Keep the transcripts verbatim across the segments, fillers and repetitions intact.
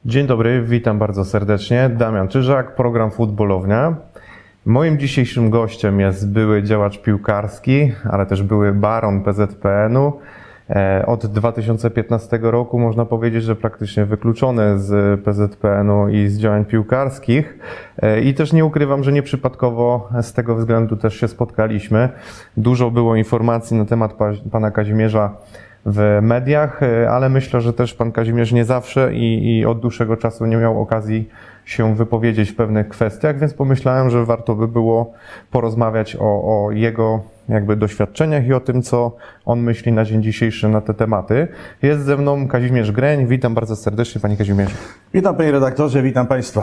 Dzień dobry, witam bardzo serdecznie. Damian Czyżak, program Futbolownia. Moim dzisiejszym gościem jest były działacz piłkarski, ale też były baron P Z P N u. Od dwa tysiące piętnastego roku można powiedzieć, że praktycznie wykluczony z P Z P N u i z działań piłkarskich. I też nie ukrywam, że nieprzypadkowo z tego względu też się spotkaliśmy. Dużo było informacji na temat pana Kazimierza w mediach, ale myślę, że też pan Kazimierz nie zawsze i, i od dłuższego czasu nie miał okazji się wypowiedzieć w pewnych kwestiach, więc pomyślałem, że warto by było porozmawiać o, o jego jakby doświadczeniach i o tym, co on myśli na dzień dzisiejszy na te tematy. Jest ze mną Kazimierz Greń. Witam bardzo serdecznie, panie Kazimierzu. Witam, panie redaktorze, witam państwa.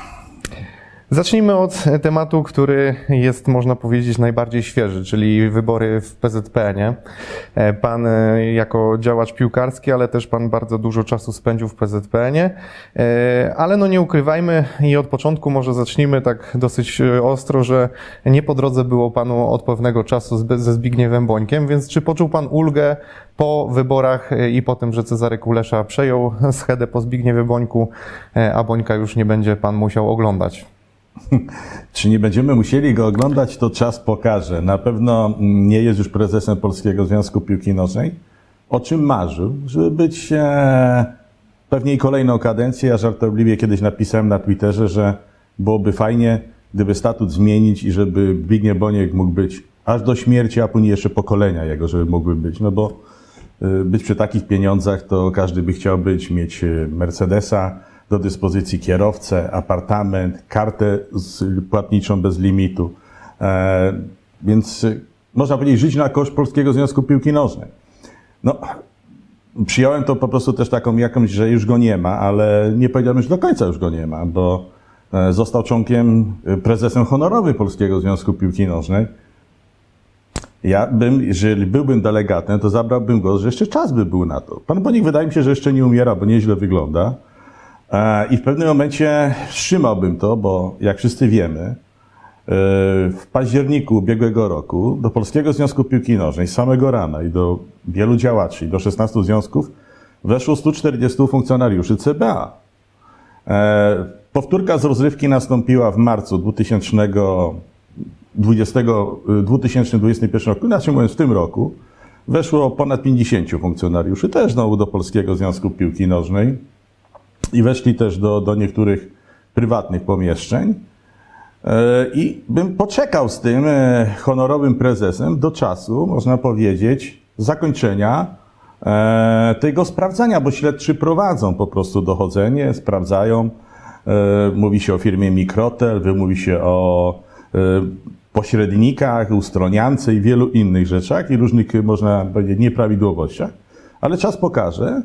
Zacznijmy od tematu, który jest, można powiedzieć, najbardziej świeży, czyli wybory w P Z P N ie. Pan jako działacz piłkarski, ale też pan bardzo dużo czasu spędził w P Z P N ie, ale no nie ukrywajmy i od początku może zacznijmy tak dosyć ostro, że nie po drodze było panu od pewnego czasu ze Zbigniewem Bońkiem, więc czy poczuł pan ulgę po wyborach i po tym, że Cezary Kulesza przejął schedę po Zbigniewie Bońku, a Bońka już nie będzie pan musiał oglądać? Czy nie będziemy musieli go oglądać, to czas pokaże. Na pewno nie jest już prezesem Polskiego Związku Piłki Nożnej, o czym marzył, żeby być e, pewnie i kolejną kadencję. Ja żartobliwie kiedyś napisałem na Twitterze, że byłoby fajnie, gdyby statut zmienić i żeby Zbigniew Boniek mógł być aż do śmierci, a później jeszcze pokolenia jego, żeby mogły być. No bo e, być przy takich pieniądzach, to każdy by chciał być, mieć Mercedesa, do dyspozycji kierowcę, apartament, kartę płatniczą bez limitu. E, więc można powiedzieć, żyć na koszt Polskiego Związku Piłki Nożnej. No, przyjąłem to po prostu też taką jakąś, że już go nie ma, ale nie powiedziałem, że do końca już go nie ma, bo został członkiem, prezesem honorowym Polskiego Związku Piłki Nożnej. Ja bym, jeżeli byłbym delegatem, to zabrałbym go, że jeszcze czas by był na to. Pan Bonik wydaje mi się, że jeszcze nie umiera, bo nieźle wygląda. I w pewnym momencie wstrzymałbym to, bo jak wszyscy wiemy, w październiku ubiegłego roku do Polskiego Związku Piłki Nożnej z samego rana i do wielu działaczy, i do szesnastu związków weszło stu czterdziestu funkcjonariuszy C B A. Powtórka z rozrywki nastąpiła w marcu dwa tysiące dwudziestego pierwszego roku, inaczej mówiąc w tym roku, weszło ponad pięćdziesięciu funkcjonariuszy też znowu do Polskiego Związku Piłki Nożnej. I weszli też do, do niektórych prywatnych pomieszczeń. I bym poczekał z tym honorowym prezesem do czasu, można powiedzieć, zakończenia tego sprawdzania, bo śledczy prowadzą po prostu dochodzenie, sprawdzają. Mówi się o firmie Mikrotel, mówi się o pośrednikach, ustroniance i wielu innych rzeczach i różnych, można powiedzieć, nieprawidłowościach. Ale czas pokaże,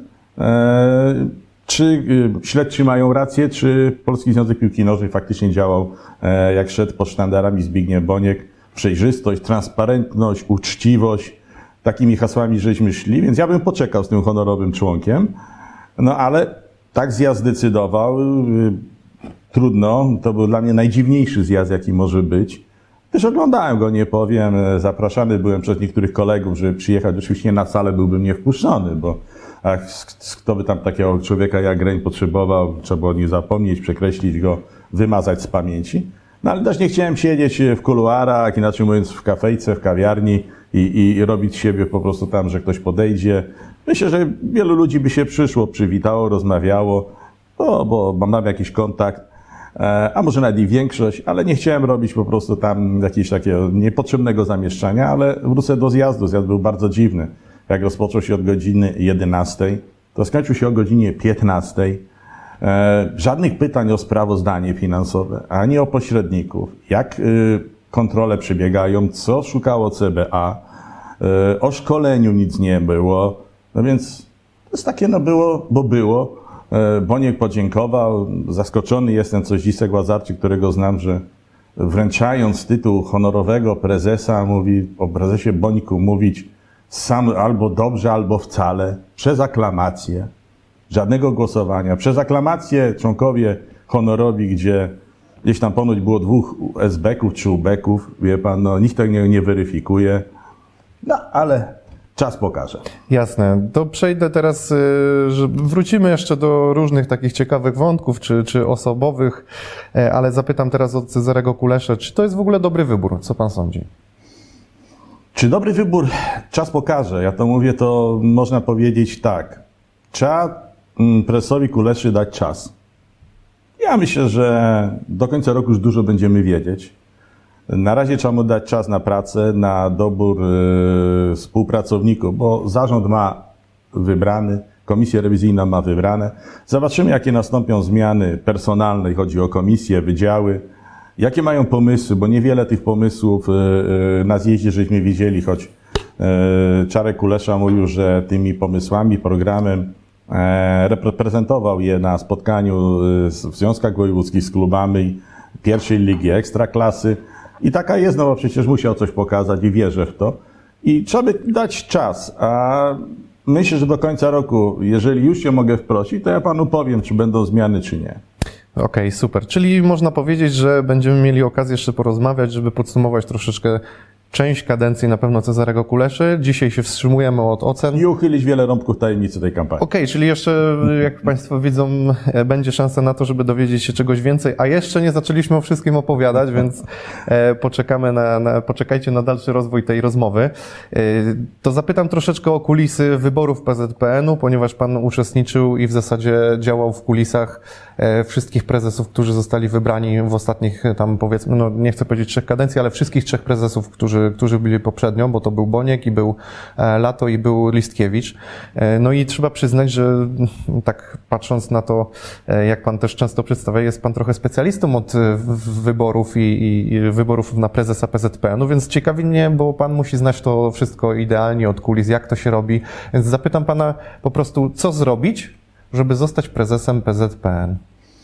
czy śledczy mają rację, czy Polski Związek Piłki Nożnej faktycznie działał, jak szedł pod sztandarami Zbigniew Boniek, przejrzystość, transparentność, uczciwość, takimi hasłami żeśmy szli, więc ja bym poczekał z tym honorowym członkiem, no ale tak zjazd zdecydował, trudno, to był dla mnie najdziwniejszy zjazd, jaki może być. Też oglądałem go, nie powiem, zapraszany byłem przez niektórych kolegów, żeby przyjechać, oczywiście na salę byłbym niewpuszczony, bo a kto by tam takiego człowieka jak Greń potrzebował, trzeba było nie zapomnieć, przekreślić go, wymazać z pamięci. No ale też nie chciałem siedzieć w kuluarach, inaczej mówiąc w kafejce, w kawiarni i, i robić siebie po prostu tam, że ktoś podejdzie. Myślę, że wielu ludzi by się przyszło, przywitało, rozmawiało, bo, bo mam jakiś kontakt, a może nawet i większość, ale nie chciałem robić po prostu tam jakiegoś takiego niepotrzebnego zamieszczania, ale wrócę do zjazdu. Zjazd był bardzo dziwny. Jak rozpoczął się od godziny jedenastej, to skończył się o godzinie piętnastej. E, żadnych pytań o sprawozdanie finansowe, ani o pośredników, jak y, kontrole przebiegają, co szukało C B A, e, o szkoleniu nic nie było. No więc to jest takie, no było, bo było. E, Boniek podziękował, zaskoczony jestem, co Zdzisek Łazarczyk, którego znam, że wręczając tytuł honorowego prezesa, mówi o prezesie Bońku mówić sam albo dobrze, albo wcale, przez aklamację, żadnego głosowania, przez aklamację członkowie honorowi, gdzie gdzieś tam ponoć było dwóch esbeków czy ubeków, wie pan, no nikt tego nie, nie weryfikuje, no ale czas pokaże. Jasne. To przejdę teraz, y, że wrócimy jeszcze do różnych takich ciekawych wątków, czy, czy osobowych, y, ale zapytam teraz od Cezarego Kuleszę, czy to jest w ogóle dobry wybór? Co pan sądzi? Czy dobry wybór? Czas pokaże. Ja to mówię, to można powiedzieć tak. Trzeba prezesowi Kuleszy dać czas. Ja myślę, że do końca roku już dużo będziemy wiedzieć. Na razie trzeba mu dać czas na pracę, na dobór yy, współpracowników, bo zarząd ma wybrany, komisja rewizyjna ma wybrane. Zobaczymy, jakie nastąpią zmiany personalne, chodzi o komisje, wydziały. Jakie mają pomysły, bo niewiele tych pomysłów yy, yy, na zjeździe żeśmy widzieli, choć yy, Czarek Kulesza mówił, że tymi pomysłami, programem e, reprezentował je na spotkaniu yy, w związkach wojewódzkich z klubami pierwszej ligi ekstraklasy. I taka jest, no bo przecież musiał coś pokazać i wierzę w to. I trzeba by dać czas, a myślę, że do końca roku, jeżeli już się mogę wprosić, to ja panu powiem, czy będą zmiany, czy nie. Okej, okay, super. Czyli można powiedzieć, że będziemy mieli okazję jeszcze porozmawiać, żeby podsumować troszeczkę część kadencji na pewno Cezarego Kuleszy. Dzisiaj się wstrzymujemy od ocen. I uchylić wiele rąbków tajemnicy tej kampanii. Okej, okay, czyli jeszcze, jak państwo widzą, będzie szansa na to, żeby dowiedzieć się czegoś więcej, a jeszcze nie zaczęliśmy o wszystkim opowiadać, więc poczekamy na, na, poczekajcie na dalszy rozwój tej rozmowy. To zapytam troszeczkę o kulisy wyborów P Z P N u, ponieważ pan uczestniczył i w zasadzie działał w kulisach wszystkich prezesów, którzy zostali wybrani w ostatnich tam, powiedzmy, no nie chcę powiedzieć trzech kadencji, ale wszystkich trzech prezesów, którzy którzy byli poprzednio, bo to był Boniek i był Lato i był Listkiewicz. No i trzeba przyznać, że tak patrząc na to, jak pan też często przedstawia, jest pan trochę specjalistą od wyborów i, i wyborów na prezesa P Z P N u, więc ciekawi mnie, bo pan musi znać to wszystko idealnie od kulis, jak to się robi. Więc zapytam pana po prostu, co zrobić, żeby zostać prezesem P Z P N?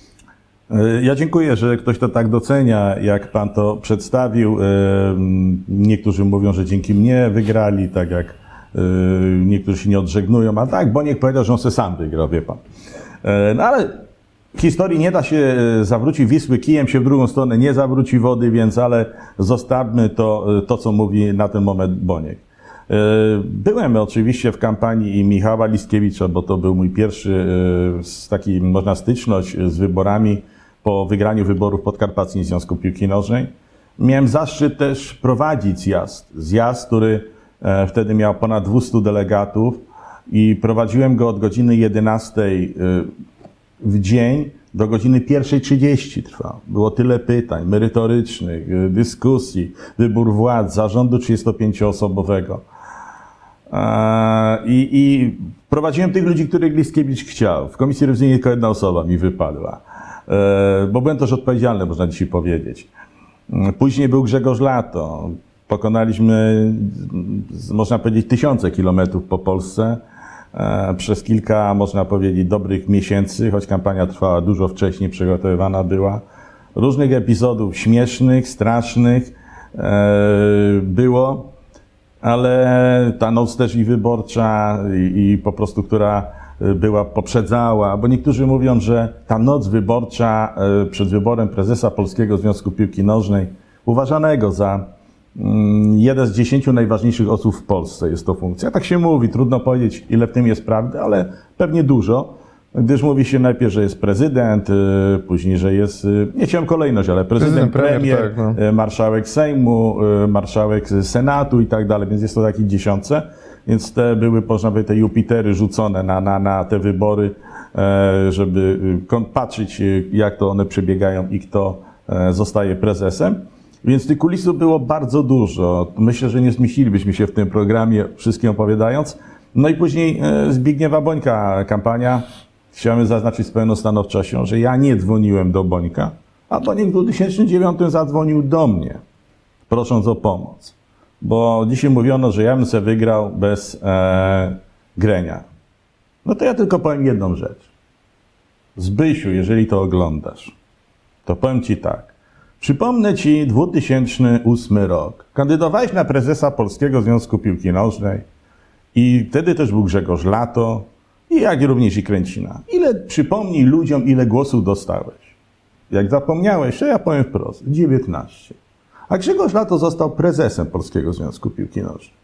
Ja dziękuję, że ktoś to tak docenia, jak pan to przedstawił. Niektórzy mówią, że dzięki mnie wygrali, tak jak niektórzy się nie odżegnują, a tak, Boniek powiedział, że on se sam wygrał, wie pan. No ale historii nie da się zawrócić, Wisły kijem się w drugą stronę nie zawróci wody, więc ale zostawmy to, to co mówi na ten moment Boniek. Byłem oczywiście w kampanii Michała Listkiewicza, bo to był mój pierwszy taki, można, styczność z wyborami po wygraniu wyborów Podkarpackim Związku Piłki Nożnej. Miałem zaszczyt też prowadzić zjazd. Zjazd, który wtedy miał ponad dwustu delegatów i prowadziłem go od godziny jedenastej w dzień do godziny pierwszej trzydzieści trwał. Było tyle pytań merytorycznych, dyskusji, wybór władz, zarządu trzydziestopięcioosobowego. I, I prowadziłem tych ludzi, których Listkiewicz chciał. W komisji rewizyjnej tylko jedna osoba mi wypadła, bo byłem też odpowiedzialny, można dzisiaj powiedzieć. Później był Grzegorz Lato. Pokonaliśmy, można powiedzieć, tysiące kilometrów po Polsce przez kilka, można powiedzieć, dobrych miesięcy, choć kampania trwała dużo wcześniej, przygotowywana była. Różnych epizodów śmiesznych, strasznych było. Ale ta noc też i wyborcza i, i po prostu, która była, poprzedzała, bo niektórzy mówią, że ta noc wyborcza przed wyborem prezesa Polskiego Związku Piłki Nożnej, uważanego za jeden z dziesięciu najważniejszych osób w Polsce, jest to funkcja. Tak się mówi, trudno powiedzieć, ile w tym jest prawdy, ale pewnie dużo, gdyż mówi się najpierw, że jest prezydent, później, że jest, nie chciałem kolejność, ale prezydent, prezydent premier, premier tak, no. marszałek Sejmu, marszałek Senatu i tak dalej, więc jest to taki dziesiątce. Więc te były, można powiedzieć, te Jupitery rzucone na, na, na te wybory, żeby patrzeć, jak to one przebiegają i kto zostaje prezesem. Więc tych kulisów było bardzo dużo. Myślę, że nie zmieścilibyśmy się w tym programie, wszystkim opowiadając. No i później Zbigniewa Bońka kampania. Chciałem zaznaczyć z pełną stanowczością, że ja nie dzwoniłem do Bońka, a Boniek w dwa tysiące dziewiątym zadzwonił do mnie, prosząc o pomoc. Bo dzisiaj mówiono, że ja bym sobie wygrał bez e, Grenia. No to ja tylko powiem jedną rzecz. Zbysiu, jeżeli to oglądasz, to powiem ci tak. Przypomnę ci dwutysięczny ósmy rok. Kandydowałeś na prezesa Polskiego Związku Piłki Nożnej i wtedy też był Grzegorz Lato i jak również i Kręcina. Ile, przypomnij ludziom, ile głosów dostałeś. Jak zapomniałeś, to ja powiem wprost, dziewiętnaście. A Grzegorz Lato został prezesem Polskiego Związku Piłki Nożnej.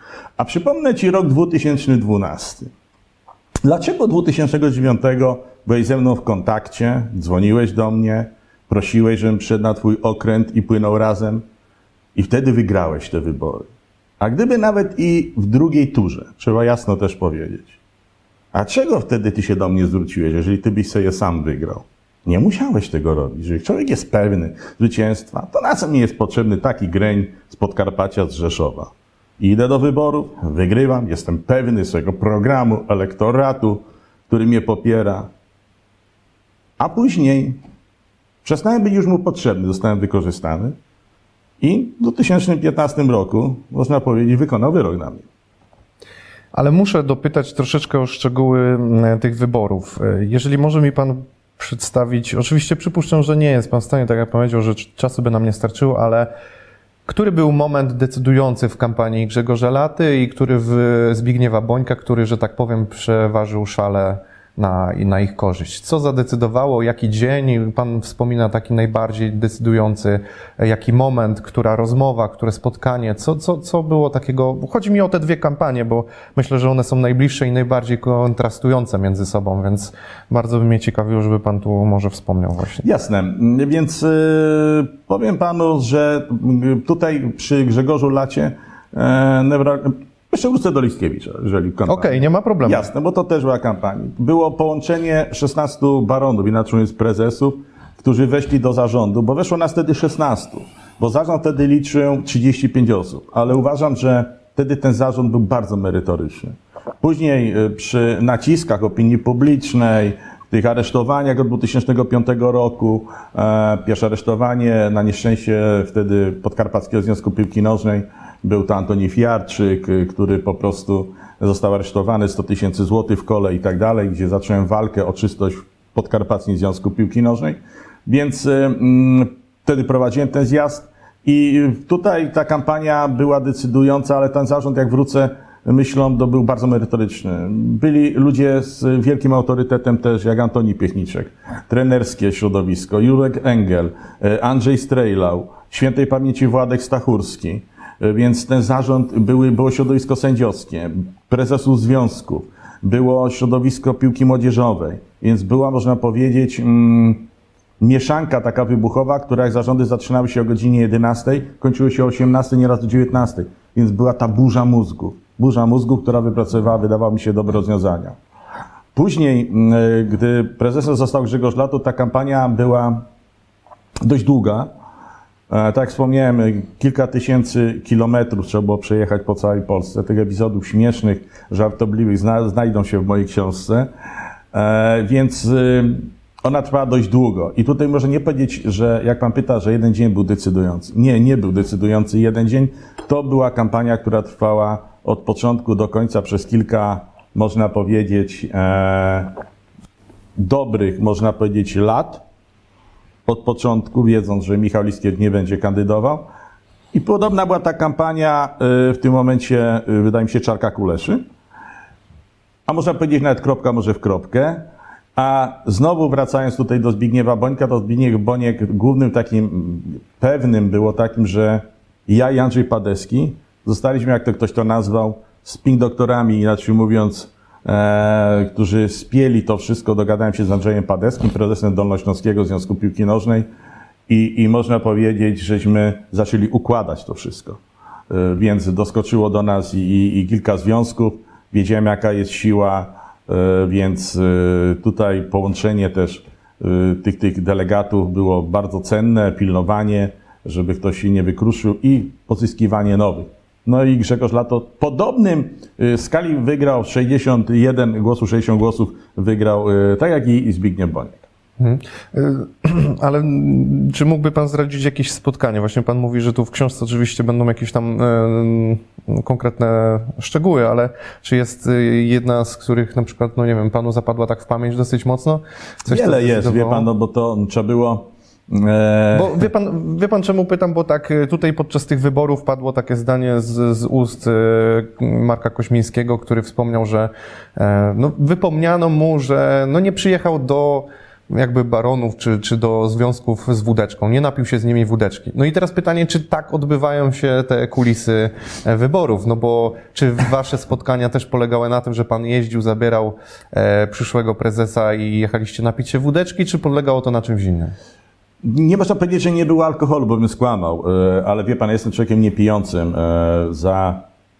A przypomnę Ci rok dwa tysiące dwunasty. Dlaczego dwa tysiące dziewiątego byłeś ze mną w kontakcie, dzwoniłeś do mnie, prosiłeś, żebym przyszedł na Twój okręt i płynął razem i wtedy wygrałeś te wybory. A gdyby nawet i w drugiej turze, trzeba jasno też powiedzieć, a czego wtedy Ty się do mnie zwróciłeś, jeżeli Ty byś sobie sam wygrał? Nie musiałeś tego robić. Jeżeli człowiek jest pewny zwycięstwa, to na co mi jest potrzebny taki greń z Podkarpacia, z Rzeszowa? Idę do wyborów, wygrywam, jestem pewny swojego programu, elektoratu, który mnie popiera. A później przestałem być już mu potrzebny, zostałem wykorzystany i w dwa tysiące piętnastym roku, można powiedzieć, wykonał wyrok na mnie. Ale muszę dopytać troszeczkę o szczegóły tych wyborów. Jeżeli może mi Pan przedstawić, oczywiście przypuszczam, że nie jest Pan w stanie, tak jak powiedział, że czasu by nam nie starczyło, ale który był moment decydujący w kampanii Grzegorza Laty i który w Zbigniewa Bońka, który, że tak powiem, przeważył szale na, na ich korzyść? Co zadecydowało, jaki dzień? Pan wspomina taki najbardziej decydujący, jaki moment, która rozmowa, które spotkanie, co, co, co było takiego? Chodzi mi o te dwie kampanie, bo myślę, że one są najbliższe i najbardziej kontrastujące między sobą, więc bardzo by mnie ciekawiło, żeby Pan tu może wspomniał właśnie. Jasne, więc yy, powiem Panu, że tutaj przy Grzegorzu Lacie yy, Newra... Jeszcze wrócę do Liskiewicza, jeżeli Okej, okay, nie ma problemu. Jasne, bo to też była kampania. Było połączenie szesnastu baronów, inaczej mówiąc prezesów, którzy weszli do zarządu, bo weszło nas wtedy szesnastu, bo zarząd wtedy liczył trzydzieści pięć osób, ale uważam, że wtedy ten zarząd był bardzo merytoryczny. Później przy naciskach opinii publicznej, tych aresztowaniach od dwa tysiące piątego roku, e, pierwsze aresztowanie, na nieszczęście wtedy Podkarpackiego Związku Piłki Nożnej, był to Antoni Fiarczyk, który po prostu został aresztowany, sto tysięcy złotych w kole i tak dalej, gdzie zacząłem walkę o czystość w Podkarpackim Związku Piłki Nożnej. Więc mm, wtedy prowadziłem ten zjazd i tutaj ta kampania była decydująca, ale ten zarząd, jak wrócę myślą, to był bardzo merytoryczny. Byli ludzie z wielkim autorytetem też, jak Antoni Piechniczek, trenerskie środowisko, Jurek Engel, Andrzej Strejlał, świętej pamięci Władek Stachurski. Więc ten zarząd, były, było środowisko sędziowskie, prezesów związków, było środowisko piłki młodzieżowej, więc była, można powiedzieć, mm, mieszanka taka wybuchowa, która jak zarządy zaczynały się o godzinie jedenastej, kończyły się o osiemnastej, nieraz do dziewiętnastej, więc była ta burza mózgów. Burza mózgów, która wypracowywała, wydawało mi się, dobre rozwiązania. Później, gdy prezesem został Grzegorz Lato, ta kampania była dość długa. Tak jak wspomniałem, kilka tysięcy kilometrów trzeba było przejechać po całej Polsce. Tych epizodów śmiesznych, żartobliwych znajdą się w mojej książce, więc ona trwała dość długo. I tutaj może nie powiedzieć, że jak Pan pyta, że jeden dzień był decydujący. Nie, nie był decydujący jeden dzień. To była kampania, która trwała od początku do końca przez kilka, można powiedzieć, e, dobrych, można powiedzieć, lat. Od początku, wiedząc, że Michał Liskiewicz nie będzie kandydował. I podobna była ta kampania w tym momencie, wydaje mi się, Czarka Kuleszy. A można powiedzieć nawet kropka może w kropkę. A znowu wracając tutaj do Zbigniewa Bońka, to Zbigniew Boniek głównym takim pewnym było takim, że ja i Andrzej Padeski zostaliśmy, jak to ktoś to nazwał, spin doktorami, inaczej mówiąc, E, którzy spieli to wszystko. Dogadałem się z Andrzejem Padeskim, prezesem Dolnośląskiego Związku Piłki Nożnej i, i można powiedzieć, żeśmy zaczęli układać to wszystko. E, więc doskoczyło do nas i, i, i kilka związków. Wiedziałem, jaka jest siła, e, więc e, tutaj połączenie też e, tych, tych delegatów było bardzo cenne, pilnowanie, żeby ktoś się nie wykruszył i pozyskiwanie nowych. No i Grzegorz Lato w podobnym skali wygrał sześćdziesiąt jeden głosów, sześćdziesiąt głosów wygrał, tak jak i Zbigniew Boniek. Hmm. Ale czy mógłby Pan zdradzić jakieś spotkanie? Właśnie Pan mówi, że tu w książce oczywiście będą jakieś tam e, konkretne szczegóły, ale czy jest jedna z których na przykład, no nie wiem, Panu zapadła tak w pamięć dosyć mocno? Coś Wiele jest, wie Pan, no bo to trzeba było... Bo wie pan, wie pan czemu pytam, bo tak tutaj podczas tych wyborów padło takie zdanie z, z ust Marka Koźmińskiego, który wspomniał, że no, wypomniano mu, że no, nie przyjechał do jakby baronów, czy, czy do związków z wódeczką. Nie napił się z nimi wódeczki. No i teraz pytanie, czy tak odbywają się te kulisy wyborów? No bo czy wasze spotkania też polegały na tym, że pan jeździł, zabierał e, przyszłego prezesa i jechaliście napić się wódeczki, czy polegało to na czymś innym? Nie można powiedzieć, że nie było alkoholu, bo bym skłamał, ale wie pan, jestem człowiekiem niepijącym. Za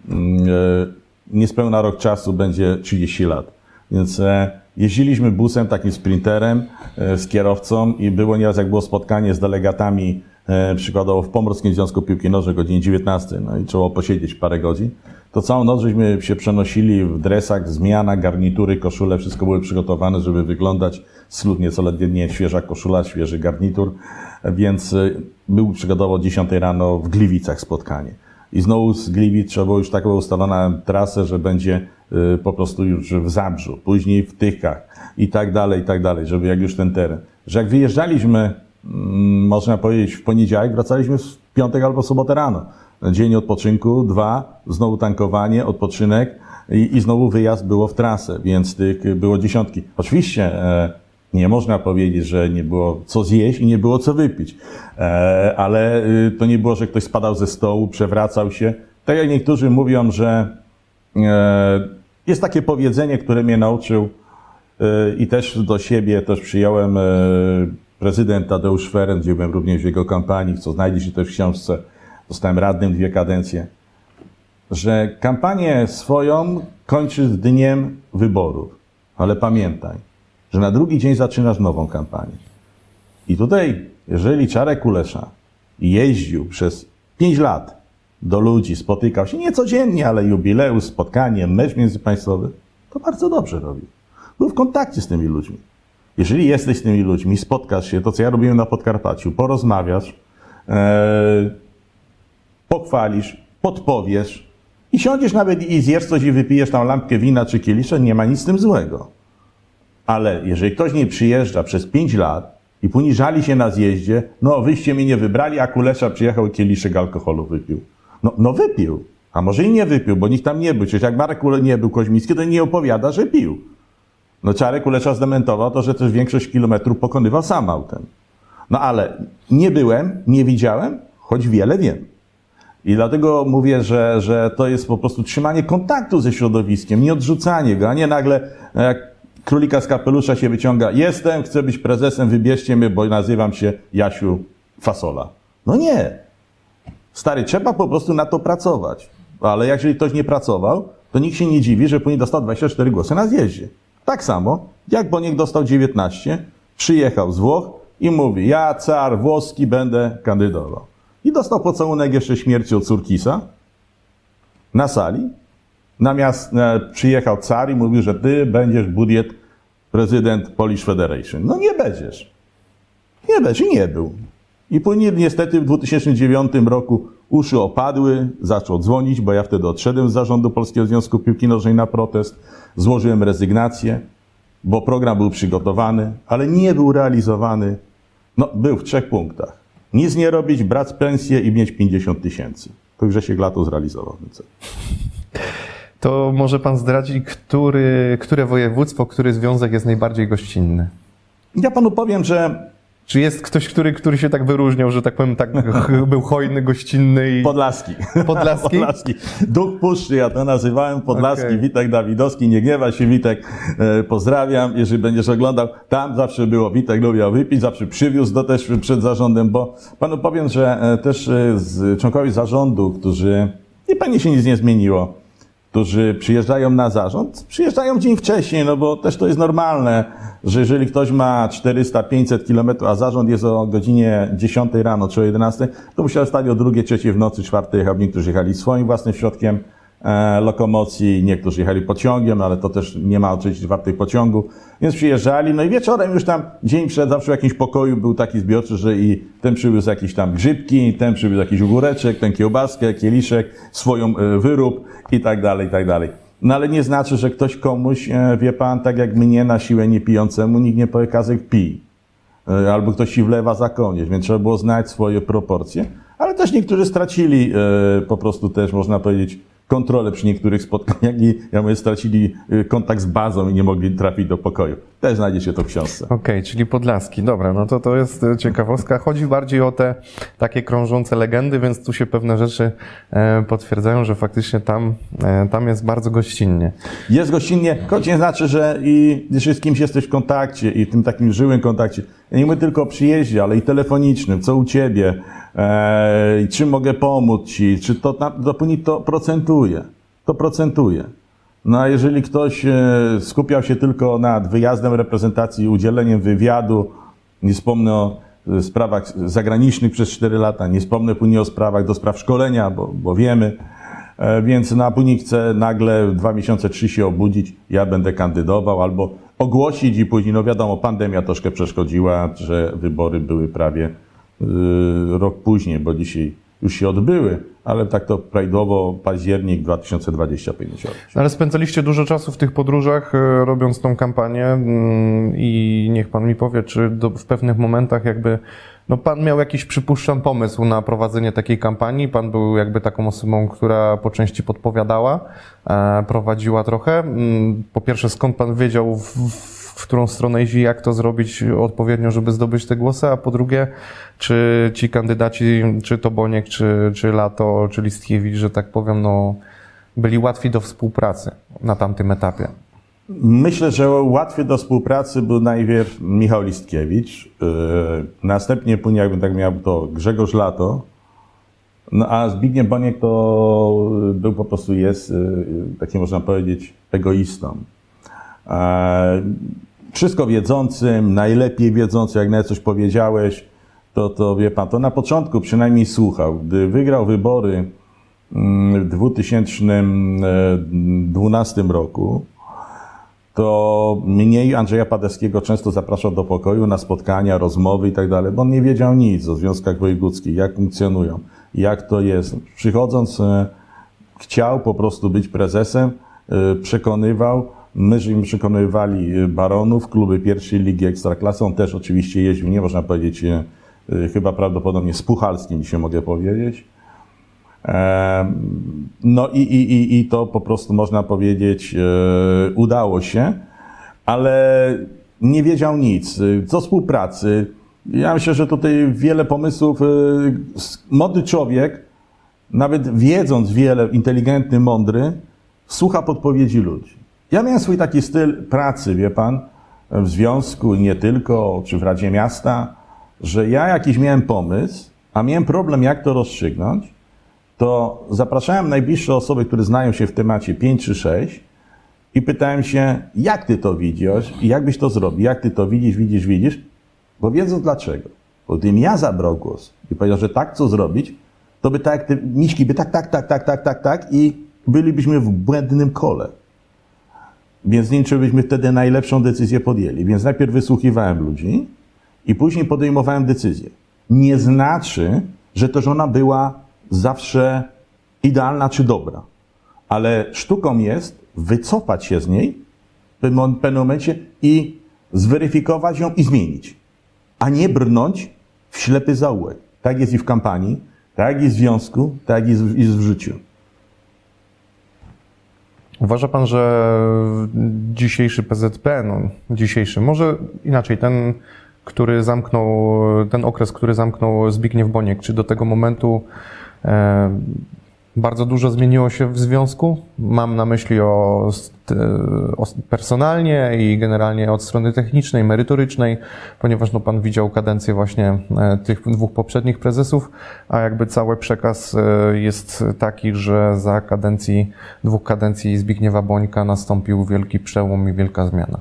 niespełna rok czasu będzie trzydzieści lat. Więc jeździliśmy busem, takim sprinterem z kierowcą i było nieraz, jak było spotkanie z delegatami, przykładowo w Pomorskim Związku Piłki Nożnej o godzinie dziewiętnastej, no i trzeba było posiedzieć parę godzin, to całą noc żeśmy się przenosili w dresach, zmiana, garnitury, koszule, wszystko były przygotowane, żeby wyglądać schludnie, co ledwie świeża koszula, świeży garnitur, więc był przykładowo o dziesiątej rano w Gliwicach spotkanie. I znowu z Gliwic trzeba było już taką ustalona trasę, że będzie po prostu już w Zabrzu, później w Tychach i tak dalej, i tak dalej, żeby jak już ten teren. Że jak wyjeżdżaliśmy, można powiedzieć, w poniedziałek, wracaliśmy w piątek albo w sobotę rano. Dzień odpoczynku, dwa, znowu tankowanie, odpoczynek i, i znowu wyjazd było w trasę, więc tych było dziesiątki. Oczywiście e, nie można powiedzieć, że nie było co zjeść i nie było co wypić, e, ale e, to nie było, że ktoś spadał ze stołu, przewracał się. Tak jak niektórzy mówią, że e, jest takie powiedzenie, które mnie nauczył e, i też do siebie też przyjąłem e, prezydent Tadeusz Ferenc, gdzie byłem również w jego kampanii, co znajdzie się też w książce. Zostałem radnym dwie kadencje, że kampanię swoją kończysz dniem wyborów. Ale pamiętaj, że na drugi dzień zaczynasz nową kampanię. I tutaj, jeżeli Czarek Kulesza jeździł przez pięć lat do ludzi, spotykał się nie codziennie, ale jubileusz, spotkanie, mecz międzypaństwowy, to bardzo dobrze robił. Był w kontakcie z tymi ludźmi. Jeżeli jesteś z tymi ludźmi, spotkasz się, to co ja robiłem na Podkarpaciu, porozmawiasz, ee, pochwalisz, podpowiesz i siądziesz nawet i zjesz coś i wypijesz tam lampkę wina czy kieliszek, nie ma nic z tym złego. Ale jeżeli ktoś nie przyjeżdża przez pięć lat i później żali się na zjeździe, no wyście mnie nie wybrali, a Kulesza przyjechał i kieliszek alkoholu wypił. No, no wypił, a może i nie wypił, bo nikt tam nie był. Przecież jak Marek Kule nie był Koźmiński, to nie opowiada, że pił. No Czarek Kulesza zdementował to, że też większość kilometrów pokonywał sam autem. No ale nie byłem, nie widziałem, choć wiele wiem. I dlatego mówię, że, że to jest po prostu trzymanie kontaktu ze środowiskiem, nie odrzucanie go, a nie nagle jak królika z kapelusza się wyciąga, jestem, chcę być prezesem, wybierzcie mnie, bo nazywam się Jasiu Fasola. No nie. Stary, trzeba po prostu na to pracować. Ale jeżeli ktoś nie pracował, to nikt się nie dziwi, że później dostał dwadzieścia cztery głosy na zjeździe. Tak samo, jak Boniek dostał dziewiętnaście, przyjechał z Włoch i mówi, ja, car włoski, będę kandydował. I dostał pocałunek jeszcze śmiercią córkisa na sali. Natomiast e, przyjechał car i mówił, że ty będziesz budżet prezydent Polish Federation. No nie będziesz. Nie będziesz i nie był. I później niestety w dwa tysiące dziewiątym roku uszy opadły, zaczął dzwonić, bo ja wtedy odszedłem z zarządu Polskiego Związku Piłki Nożnej na protest. Złożyłem rezygnację, bo program był przygotowany, ale nie był realizowany. No, był w trzech punktach. Nic nie robić, brać pensję i mieć pięćdziesiąt tysięcy. To Grzesiek Lato zrealizował ten cel. To może pan zdradzi, który, które województwo, który związek jest najbardziej gościnny? Ja panu powiem, że... Czy jest ktoś, który, który się tak wyróżniał, że tak powiem, tak był hojny, gościnny i... Podlaski. Podlaski? Podlaski. Duch Puszczy, ja to nazywałem. Podlaski, okay. Witek Dawidowski, nie gniewa się Witek, e, pozdrawiam, jeżeli będziesz oglądał. Tam zawsze było, Witek lubiał wypić, zawsze przywiózł do też przed zarządem, bo panu powiem, że e, też e, z członkowie zarządu, którzy, i pewnie się nic nie zmieniło, którzy przyjeżdżają na zarząd, przyjeżdżają dzień wcześniej, no bo też to jest normalne, że jeżeli ktoś ma czterysta pięćset kilometrów, a zarząd jest o godzinie dziesiątej rano czy o jedenastej, to musiał stać o drugiej, trzeciej w nocy, czwartej jechał, niektórzy jechali swoim własnym środkiem e, lokomocji, niektórzy jechali pociągiem, ale to też nie ma o trzeciej, czwartej pociągu, więc przyjeżdżali, no i wieczorem już tam dzień przed, zawsze w jakimś pokoju był taki zbiorczy, że i ten przywiózł jakieś tam grzybki, ten przywiózł jakiś ogóreczek, ten kiełbaskę, kieliszek, swoją e, wyrób i tak dalej, i tak dalej. No ale nie znaczy, że ktoś komuś, wie pan, tak jak mnie na siłę niepijącemu, nikt nie powie Kazek pij. Albo ktoś ci wlewa za konieś, więc trzeba było znać swoje proporcje. Ale też niektórzy stracili po prostu też, można powiedzieć, kontrolę przy niektórych spotkaniach i ja mówię, stracili kontakt z bazą i nie mogli trafić do pokoju. Też znajdziecie to w książce. Okej, okay, czyli Podlaski. Dobra, no to to jest ciekawostka. Chodzi bardziej o te takie krążące legendy, więc tu się pewne rzeczy potwierdzają, że faktycznie tam, tam jest bardzo gościnnie. Jest gościnnie, choć nie znaczy, że i że z kimś jesteś w kontakcie i w tym takim żyłym kontakcie. Ja nie mówię tylko o przyjeździe, ale i telefonicznym, co u ciebie, e, czym mogę pomóc ci, czy to, dopóki to procentuje, to procentuje. No a jeżeli ktoś e, skupiał się tylko nad wyjazdem reprezentacji, udzieleniem wywiadu, nie wspomnę o sprawach zagranicznych przez cztery lata, nie wspomnę później o sprawach do spraw szkolenia, bo, bo wiemy, e, więc na później chcę nagle dwa miesiące, trzy się obudzić, ja będę kandydował, albo ogłosić i później, no wiadomo, pandemia troszkę przeszkodziła, że wybory były prawie y, rok później, bo dzisiaj już się odbyły, ale tak to prawidłowo październik dwa tysiące dwudziesty piąty. Ale spędzaliście dużo czasu w tych podróżach, robiąc tą kampanię i niech pan mi powie, czy do, w pewnych momentach jakby, no pan miał jakiś, przypuszczam, pomysł na prowadzenie takiej kampanii, pan był jakby taką osobą, która po części podpowiadała, e, prowadziła trochę. Po pierwsze, skąd pan wiedział, w, w którą stronę iść i jak to zrobić odpowiednio, żeby zdobyć te głosy, a po drugie, czy ci kandydaci, czy to Boniek, czy, czy Lato, czy Listkiewicz, że tak powiem, no, byli łatwi do współpracy na tamtym etapie? Myślę, że łatwy do współpracy był najpierw Michał Listkiewicz, yy, następnie później, jakbym tak miał, to Grzegorz Lato, no a Zbigniew Boniek to był po prostu jest, yy, taki można powiedzieć, egoistą. Yy, wszystko wiedzącym, najlepiej wiedzącym, jak nawet coś powiedziałeś, to, to wie pan, to na początku przynajmniej słuchał. Gdy wygrał wybory w dwa tysiące dwunastym roku, to mnie i Andrzeja Padewskiego często zapraszał do pokoju na spotkania, rozmowy i tak dalej, bo on nie wiedział nic o związkach wojewódzkich, jak funkcjonują, jak to jest. Przychodząc, chciał po prostu być prezesem, przekonywał, myśmy przekonywali baronów, kluby pierwszej ligi Ekstraklasy, on też oczywiście jeździł, nie można powiedzieć, chyba prawdopodobnie z Puchalskim, dzisiaj mogę powiedzieć. No i, i, i, i to po prostu można powiedzieć udało się, ale nie wiedział nic. Co współpracy, ja myślę, że tutaj wiele pomysłów, młody człowiek, nawet wiedząc wiele, inteligentny, mądry, słucha podpowiedzi ludzi. Ja miałem swój taki styl pracy, wie pan, w związku i nie tylko, czy w Radzie Miasta, że ja jakiś miałem pomysł, a miałem problem, jak to rozstrzygnąć, to zapraszałem najbliższe osoby, które znają się w temacie pięć czy sześć i pytałem się, jak ty to widzisz i jak byś to zrobił, jak ty to widzisz, widzisz, widzisz, bo wiedząc dlaczego. Bo gdybym ja zabrał głos i powiedział, że tak, co zrobić, to by tak jak te miśki by tak, tak, tak, tak, tak, tak, tak i bylibyśmy w błędnym kole. Więc nie wiem, czy byśmy wtedy najlepszą decyzję podjęli. Więc najpierw wysłuchiwałem ludzi i później podejmowałem decyzję. Nie znaczy, że też ona była zawsze idealna czy dobra. Ale sztuką jest wycofać się z niej w pewnym momencie i zweryfikować ją i zmienić. A nie brnąć w ślepy zaułek. Tak jest i w kampanii, tak jest w związku, tak jest w życiu. Uważa pan, że dzisiejszy P Z P, no dzisiejszy, może inaczej, ten, który zamknął, ten okres, który zamknął Zbigniew Boniek, czy do tego momentu e, bardzo dużo zmieniło się w związku? Mam na myśli o, o personalnie i generalnie od strony technicznej, merytorycznej, ponieważ no, pan widział kadencję właśnie tych dwóch poprzednich prezesów, a jakby cały przekaz jest taki, że za kadencji, dwóch kadencji Zbigniewa Bońka nastąpił wielki przełom i wielka zmiana.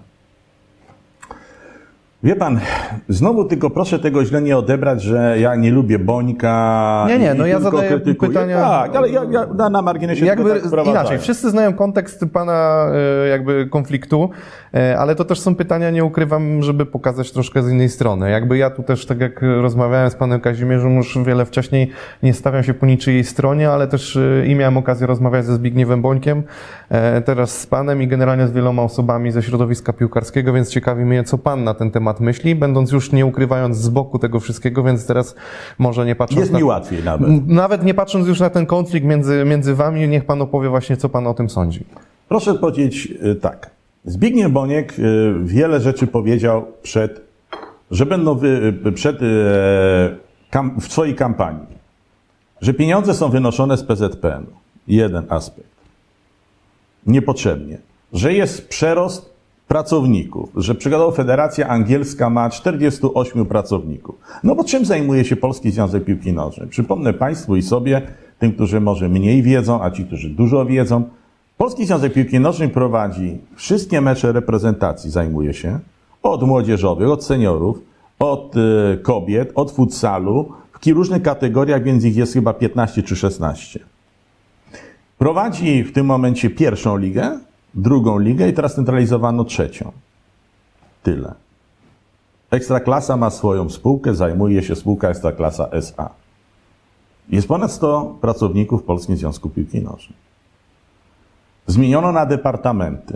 Wie pan, znowu tylko proszę tego źle nie odebrać, że ja nie lubię Bońka. Nie, nie, no i ja tylko zadaję krytykuję. pytania. Tak, ale ja, ja na, na marginesie jakby tak inaczej, wszyscy znają kontekst pana jakby konfliktu, ale to też są pytania, nie ukrywam, żeby pokazać troszkę z innej strony. Jakby ja tu też, tak jak rozmawiałem z panem Kazimierzem już wiele wcześniej, nie stawiam się po niczyjej stronie, ale też i miałem okazję rozmawiać ze Zbigniewem Bońkiem, teraz z panem i generalnie z wieloma osobami ze środowiska piłkarskiego, więc ciekawi mnie, co pan na ten temat temat myśli, będąc już nie ukrywając z boku tego wszystkiego, więc teraz może nie patrząc Jest na... mi łatwiej nawet. Nawet nie patrząc już na ten konflikt między, między wami, niech pan opowie właśnie, co pan o tym sądzi. Proszę powiedzieć tak. Zbigniew Boniek wiele rzeczy powiedział przed, że będą wy, przed, kam, w swojej kampanii. Że pieniądze są wynoszone z P Z P N u. Jeden aspekt. Niepotrzebnie. Że jest przerost pracowników. Że przykładowo Federacja Angielska ma czterdziestu ośmiu pracowników. No bo czym zajmuje się Polski Związek Piłki Nożnej? Przypomnę Państwu i sobie, tym, którzy może mniej wiedzą, a ci, którzy dużo wiedzą. Polski Związek Piłki Nożnej prowadzi wszystkie mecze reprezentacji, zajmuje się. Od młodzieżowych, od seniorów, od y, kobiet, od futsalu. W różnych kategoriach, więc ich jest chyba piętnaście czy szesnaście. Prowadzi w tym momencie pierwszą ligę, drugą ligę i teraz centralizowano trzecią. Tyle. Ekstraklasa ma swoją spółkę, zajmuje się spółka Ekstraklasa S A. Jest ponad sto pracowników w Polskim Związku Piłki Nożnej. Zmieniono na departamenty.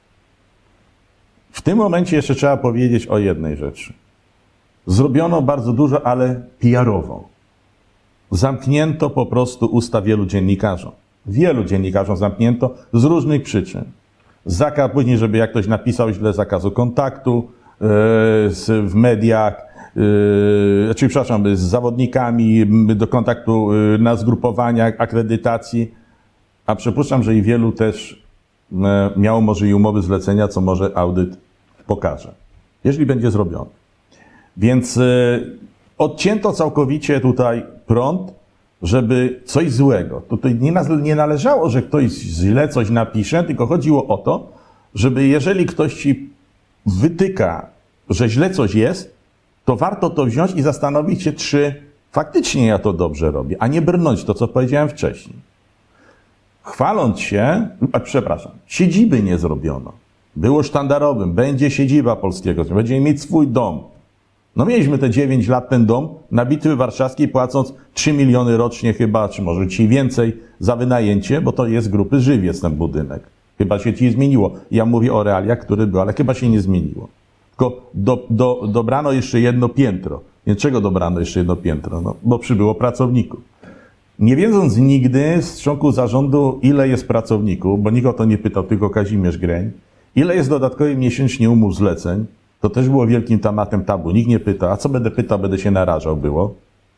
W tym momencie jeszcze trzeba powiedzieć o jednej rzeczy. Zrobiono bardzo dużo, ale P R-owo. Zamknięto po prostu usta wielu dziennikarzom. Wielu dziennikarzom zamknięto z różnych przyczyn. Zakaz, później, żeby jak ktoś napisał źle, zakazu kontaktu yy, z, w mediach, yy, czy przepraszam, z zawodnikami, do kontaktu yy, na zgrupowaniach, akredytacji. A przypuszczam, że i wielu też yy, miało może i umowy zlecenia, co może audyt pokaże. Jeżeli będzie zrobiony. Więc y, odcięto całkowicie tutaj prąd, żeby coś złego. Tutaj nie, nie należało, że ktoś źle coś napisze, tylko chodziło o to, żeby jeżeli ktoś ci wytyka, że źle coś jest, to warto to wziąć i zastanowić się, czy faktycznie ja to dobrze robię, a nie brnąć to, co powiedziałem wcześniej. Chwaląc się, a, przepraszam, siedziby nie zrobiono. Było sztandarowym, będzie siedziba Polskiego, będziemy mieć swój dom. No mieliśmy te dziewięć lat ten dom na Bitwy Warszawskiej, płacąc trzy miliony rocznie chyba, czy może ci więcej za wynajęcie, bo to jest grupy Żywiec ten budynek. Chyba się ci zmieniło. Ja mówię o realiach, które były, ale chyba się nie zmieniło. Tylko do, do, dobrano jeszcze jedno piętro. Nie, czego dobrano jeszcze jedno piętro? No, bo przybyło pracowników. Nie wiedząc nigdy z członków zarządu, ile jest pracowników, bo nikt o to nie pytał, tylko Kazimierz Greń, ile jest dodatkowych miesięcznie umów zleceń, to też było wielkim tematem tabu. Nikt nie pyta, a co będę pytał, będę się narażał, było.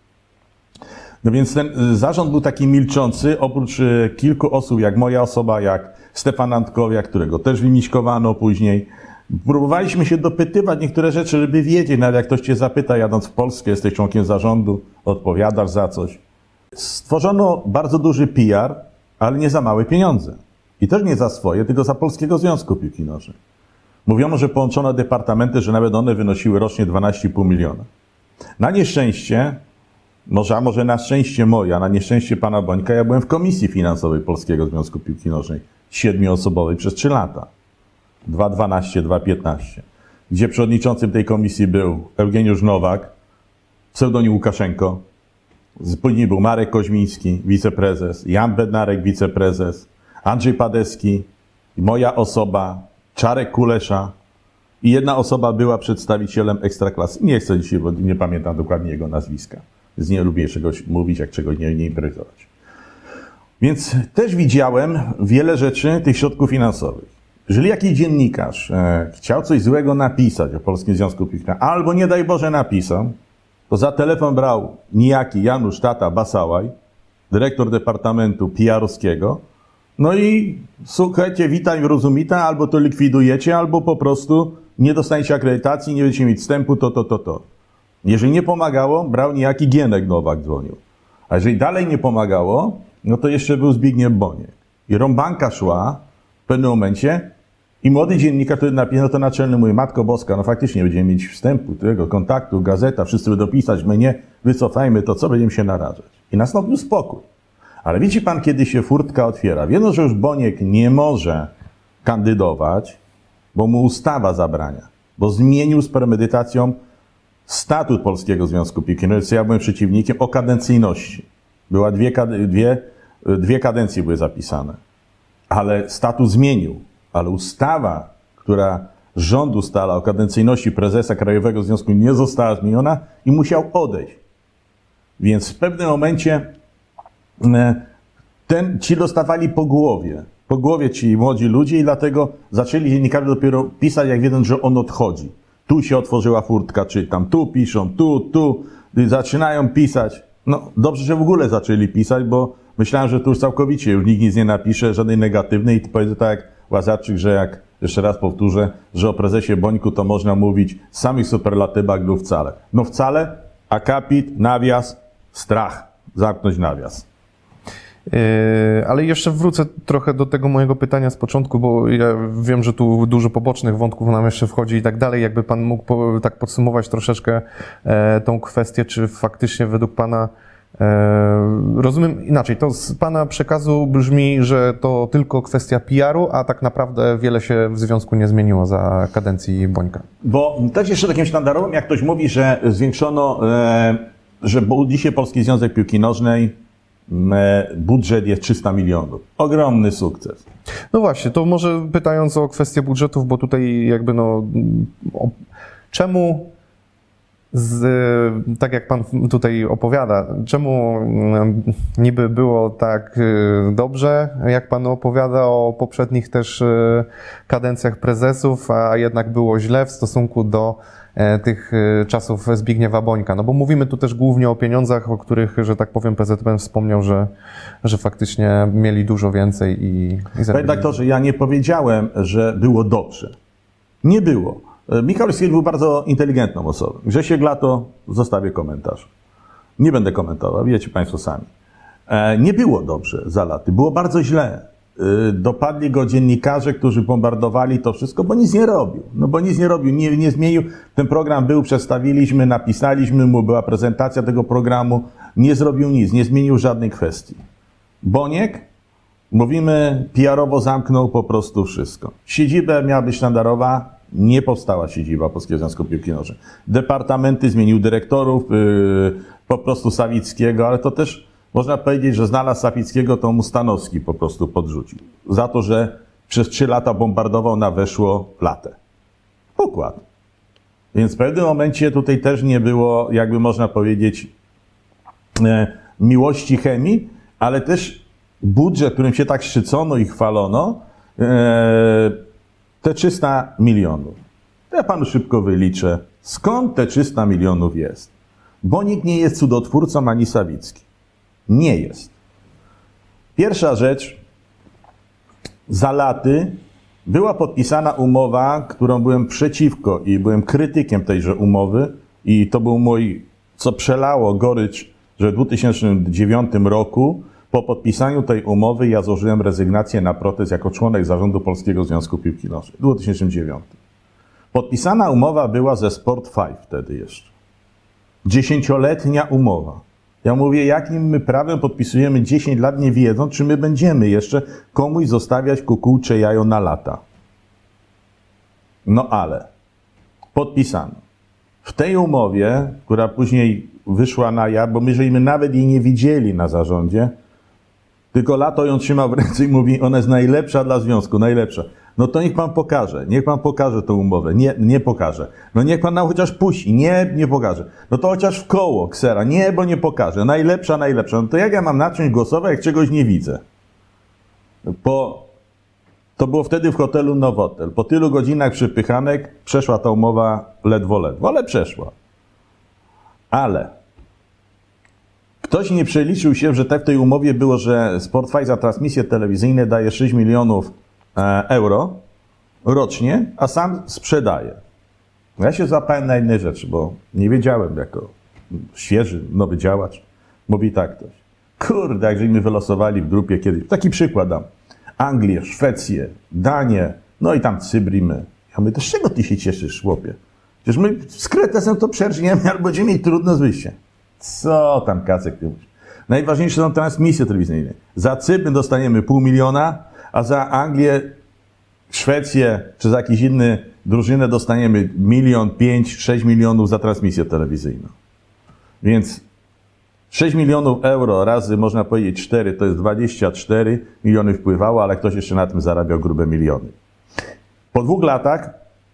No więc ten zarząd był taki milczący, oprócz kilku osób, jak moja osoba, jak Stefan Antkowiak, którego też wymiśkowano później. Próbowaliśmy się dopytywać niektóre rzeczy, żeby wiedzieć, nawet jak ktoś cię zapyta, jadąc w Polskę, jesteś członkiem zarządu, odpowiadasz za coś. Stworzono bardzo duży P R, ale nie za małe pieniądze. I też nie za swoje, tylko za Polskiego Związku Piłki Nożnej. Mówiono, że połączono departamenty, że nawet one wynosiły rocznie dwanaście i pół miliona. Na nieszczęście, może, a może na szczęście moje, a na nieszczęście pana Bońka, ja byłem w Komisji Finansowej Polskiego Związku Piłki Nożnej, siedmioosobowej przez trzy lata. dwa dwanaście, dwa piętnaście. Gdzie przewodniczącym tej komisji był Eugeniusz Nowak, pseudonim Łukaszenko. Później był Marek Koźmiński, wiceprezes, Jan Bednarek, wiceprezes, Andrzej Padeski, moja osoba, Czarek Kulesza i jedna osoba była przedstawicielem Ekstraklasy. Nie chcę dzisiaj, bo nie pamiętam dokładnie jego nazwiska. Więc nie lubię czegoś mówić, jak czegoś nie, nie imprezować. Więc też widziałem wiele rzeczy tych środków finansowych. Jeżeli jakiś dziennikarz e, chciał coś złego napisać o Polskim Związku Piłki Nożnej, albo nie daj Boże napisał, to za telefon brał niejaki Janusz Tata Basałaj, dyrektor Departamentu P R-owskiego, no i słuchajcie, witam, rozumita, albo to likwidujecie, albo po prostu nie dostaniecie akredytacji, nie będziecie mieć wstępu, to, to, to, to. Jeżeli nie pomagało, brał niejaki Gienek Nowak, dzwonił. A jeżeli dalej nie pomagało, no to jeszcze był Zbigniew Boniek. I rąbanka szła w pewnym momencie i młody dziennikarz, który napisał to naczelny, mówi, Matko Boska, no faktycznie będziemy mieć wstępu, tego kontaktu, gazeta, wszyscy będą pisać, my nie, wycofajmy to, co będziemy się narażać. I nastąpił spokój. Ale widzi pan, kiedy się furtka otwiera. Wiedzą, że już Boniek nie może kandydować, bo mu ustawa zabrania, bo zmienił z premedytacją statut Polskiego Związku Piłki Nożnej, co ja byłem przeciwnikiem, o kadencyjności. Była dwie, dwie, dwie kadencje były zapisane. Ale statut zmienił. Ale ustawa, która rządu Stala, o kadencyjności prezesa Krajowego Związku nie została zmieniona i musiał odejść. Więc w pewnym momencie ten, ci dostawali po głowie. Po głowie ci młodzi ludzie i dlatego zaczęli dziennikarze dopiero pisać, jak wiedzą, że on odchodzi. Tu się otworzyła furtka, czytam, tu piszą, tu, tu. Zaczynają pisać. No dobrze, że w ogóle zaczęli pisać, bo myślałem, że tu już całkowicie już nikt nic nie napisze, żadnej negatywnej. I powiedzę tak jak Łazarczyk, że jak, jeszcze raz powtórzę, że o prezesie Bońku to można mówić w samych superlatywach lub wcale. No wcale, akapit, nawias, strach. Zamknąć nawias. Yy, ale jeszcze wrócę trochę do tego mojego pytania z początku, bo ja wiem, że tu dużo pobocznych wątków nam jeszcze wchodzi i tak dalej. Jakby pan mógł po, tak podsumować troszeczkę e, tą kwestię, czy faktycznie według pana, e, rozumiem inaczej, to z pana przekazu brzmi, że to tylko kwestia P R u, a tak naprawdę wiele się w związku nie zmieniło za kadencji Bońka. Bo też jeszcze takim sztandarowym, jak ktoś mówi, że zwiększono, e, że dzisiaj Polski Związek Piłki Nożnej budżet jest trzysta milionów. Ogromny sukces. No właśnie, to może pytając o kwestię budżetów, bo tutaj jakby no... O, czemu, z, tak jak pan tutaj opowiada, czemu niby było tak dobrze, jak pan opowiada o poprzednich też kadencjach prezesów, a jednak było źle w stosunku do tych czasów Zbigniewa Bońka. No bo mówimy tu też głównie o pieniądzach, o których, że tak powiem, P Z P N wspomniał, że, że faktycznie mieli dużo więcej i, i Panie redaktorze, ja nie powiedziałem, że było dobrze. Nie było. Michał Skiel był bardzo inteligentną osobą. Grzesiek Lato, zostawię komentarz. Nie będę komentował, wiecie państwo sami. Nie było dobrze za laty, było bardzo źle. Dopadli go dziennikarze, którzy bombardowali to wszystko, bo nic nie robił. No bo nic nie robił, nie, nie zmienił. Ten program był, przedstawiliśmy, napisaliśmy mu, była prezentacja tego programu. Nie zrobił nic, nie zmienił żadnej kwestii. Boniek, mówimy, P R owo zamknął po prostu wszystko. Siedziba miała być sztandarowa, nie powstała siedziba Polskiego Związku Piłki Nożnej. Departamenty zmienił dyrektorów, yy, po prostu Sawickiego, ale to też można powiedzieć, że znalazł Sawickiego, to mu Stanowski po prostu podrzucił. Za to, że przez trzy lata bombardował na weszło latę. Układ. Więc w pewnym momencie tutaj też nie było, jakby można powiedzieć, e, miłości chemii, ale też budżet, którym się tak szczycono i chwalono, e, te trzysta milionów. To ja panu szybko wyliczę, skąd te trzysta milionów jest. Bo nikt nie jest cudotwórcą ani Sawicki. Nie jest. Pierwsza rzecz, za laty była podpisana umowa, którą byłem przeciwko i byłem krytykiem tejże umowy i to był mój, co przelało gorycz, że w dwa tysiące dziewiątym roku po podpisaniu tej umowy ja złożyłem rezygnację na protest jako członek zarządu Polskiego Związku Piłki Nożnej w dwa tysiące dziewiątym. Podpisana umowa była ze Sport pięć wtedy jeszcze. Dziesięcioletnia umowa. Ja mówię, jakim my prawem podpisujemy dziesięć lat, nie wiedząc, czy my będziemy jeszcze komuś zostawiać kukułcze jajo na lata. No ale podpisano. W tej umowie, która później wyszła na jaw, bo my żeśmy nawet jej nie widzieli na zarządzie, tylko Lato ją trzymał w ręce i mówi, ona jest najlepsza dla związku, najlepsza. No to niech pan pokaże, niech pan pokaże tę umowę. Nie, nie pokaże. No niech pan nam chociaż puści. Nie, nie pokaże. No to chociaż w koło, ksera. Nie, bo nie pokaże. Najlepsza, najlepsza. No to jak ja mam na czymś głosować, jak czegoś nie widzę? Po, to było wtedy w hotelu Nowotel. Po tylu godzinach przypychanek przeszła ta umowa ledwo, ledwo, ale przeszła. Ale ktoś nie przeliczył się, że tak w tej umowie było, że Sport pięć za transmisje telewizyjne daje sześć milionów euro rocznie, a sam sprzedaje. Ja się złapałem na innej rzeczy, bo nie wiedziałem jako świeży, nowy działacz. Mówi tak ktoś. Kurde, jak żeśmy wylosowali w grupie kiedyś. Taki przykład dam. Anglię, Szwecję, Danię, no i tam Cypr i my. Ja mówię, to z czego ty się cieszysz, chłopie? Przecież my z Kretesem to przerżniemy, albo będziemy mieć trudno z wyjściem. Co tam, Kacek, ty mówisz? Najważniejsze są transmisje telewizyjne. Za Cypr dostaniemy pół miliona, a za Anglię, Szwecję, czy za jakiś inny drużynę dostaniemy milion, pięć, sześć milionów za transmisję telewizyjną. Więc sześć milionów euro razy, można powiedzieć, cztery, to jest dwadzieścia cztery miliony wpływało, ale ktoś jeszcze na tym zarabiał grube miliony. Po dwóch latach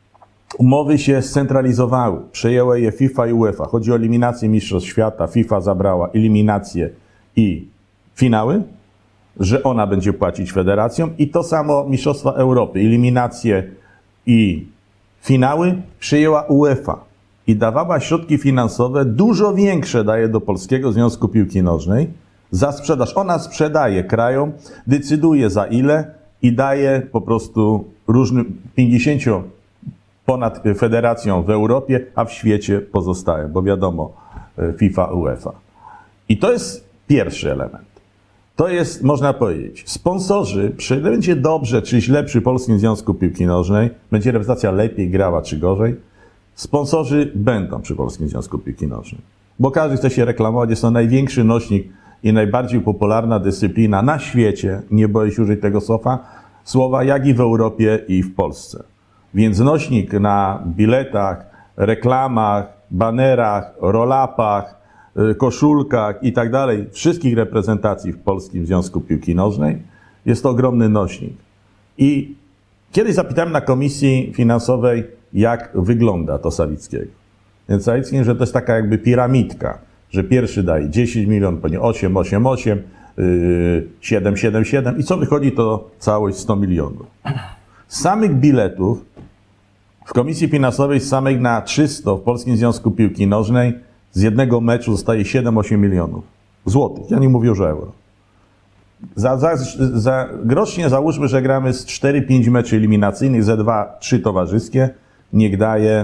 Umowy się scentralizowały, przejęły je FIFA i UEFA. Chodzi o eliminację Mistrzostw Świata. FIFA zabrała eliminację i finały, że ona będzie płacić federacjom. I to samo Mistrzostwa Europy, eliminację i finały przejęła UEFA. I dawała środki finansowe dużo większe, daje do Polskiego Związku Piłki Nożnej za sprzedaż. Ona sprzedaje krajom, decyduje za ile i daje po prostu różnym pięćdziesięciu ponad federacją w Europie, a w świecie pozostałe, bo wiadomo, FIFA, UEFA. I to jest pierwszy element. To jest, można powiedzieć, sponsorzy, czy będzie dobrze, czy źle przy Polskim Związku Piłki Nożnej, będzie reprezentacja lepiej grała, czy gorzej, sponsorzy będą przy Polskim Związku Piłki Nożnej. Bo każdy chce się reklamować, jest to największy nośnik i najbardziej popularna dyscyplina na świecie, nie boję się użyć tego słowa, słowa, jak i w Europie i w Polsce. Więc nośnik na biletach, reklamach, banerach, roll-upach, koszulkach i tak dalej, wszystkich reprezentacji w Polskim Związku Piłki Nożnej jest to ogromny nośnik. I kiedyś zapytałem na komisji finansowej, jak wygląda to Sawickiego. Więc Sawicki, że to jest taka jakby piramidka, że pierwszy daje dziesięć milionów, później osiem, osiem, osiem, siedem, siedem, siedem i co wychodzi to całość sto milionów. Z samych biletów w komisji finansowej, z samych na trzysta w Polskim Związku Piłki Nożnej z jednego meczu zostaje siedem, osiem milionów złotych. Ja nie mówię już o euro. Za, za, za, rocznie załóżmy, że gramy z cztery pięć meczy eliminacyjnych, ze dwa trzy towarzyskie. Niech daje